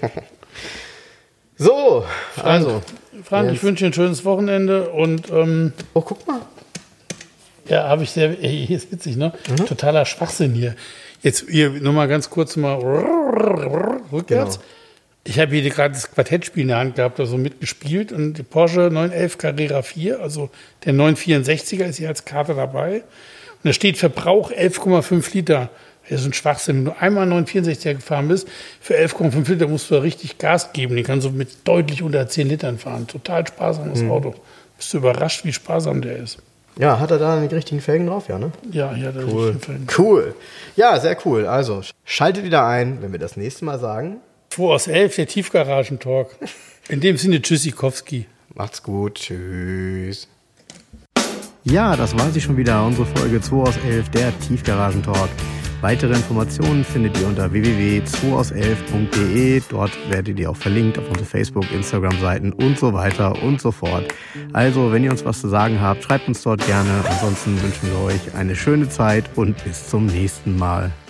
A: So,
B: Frank, ich wünsche dir ein schönes Wochenende und
A: oh, guck mal.
B: Ja, habe ich sehr. Hier ist witzig, ne? Totaler Schwachsinn hier. Jetzt hier nochmal ganz kurz rückwärts.
A: Genau.
B: Ich habe hier gerade das Quartettspiel in der Hand gehabt, also mitgespielt und die Porsche 911 Carrera 4, also der 964er ist hier als Karte dabei. Und da steht Verbrauch 11,5 Liter. Das ist ein Schwachsinn. Wenn du einmal 964er gefahren bist, für 11,5 Liter musst du da richtig Gas geben. Den kannst du mit deutlich unter 10 Litern fahren. Total sparsames Auto. Bist du überrascht, wie sparsam der ist.
A: Ja, hat er da die richtigen Felgen drauf? Ja, ne?
B: Ja, hier hat er die richtigen Felgen.
A: Cool. Ja, sehr cool. Also, schaltet wieder ein, wenn wir das nächste Mal sagen.
B: 2 aus 11, der Tiefgaragentalk. In dem Sinne, Tschüssikowski.
A: Macht's gut. Tschüss. Ja, das war sie schon wieder, unsere Folge 2 aus 11, der Tiefgaragentalk. Weitere Informationen findet ihr unter www.2aus11.de. Dort werdet ihr auch verlinkt auf unsere Facebook, Instagram-Seiten und so weiter und so fort. Also, wenn ihr uns was zu sagen habt, schreibt uns dort gerne. Ansonsten wünschen wir euch eine schöne Zeit und bis zum nächsten Mal.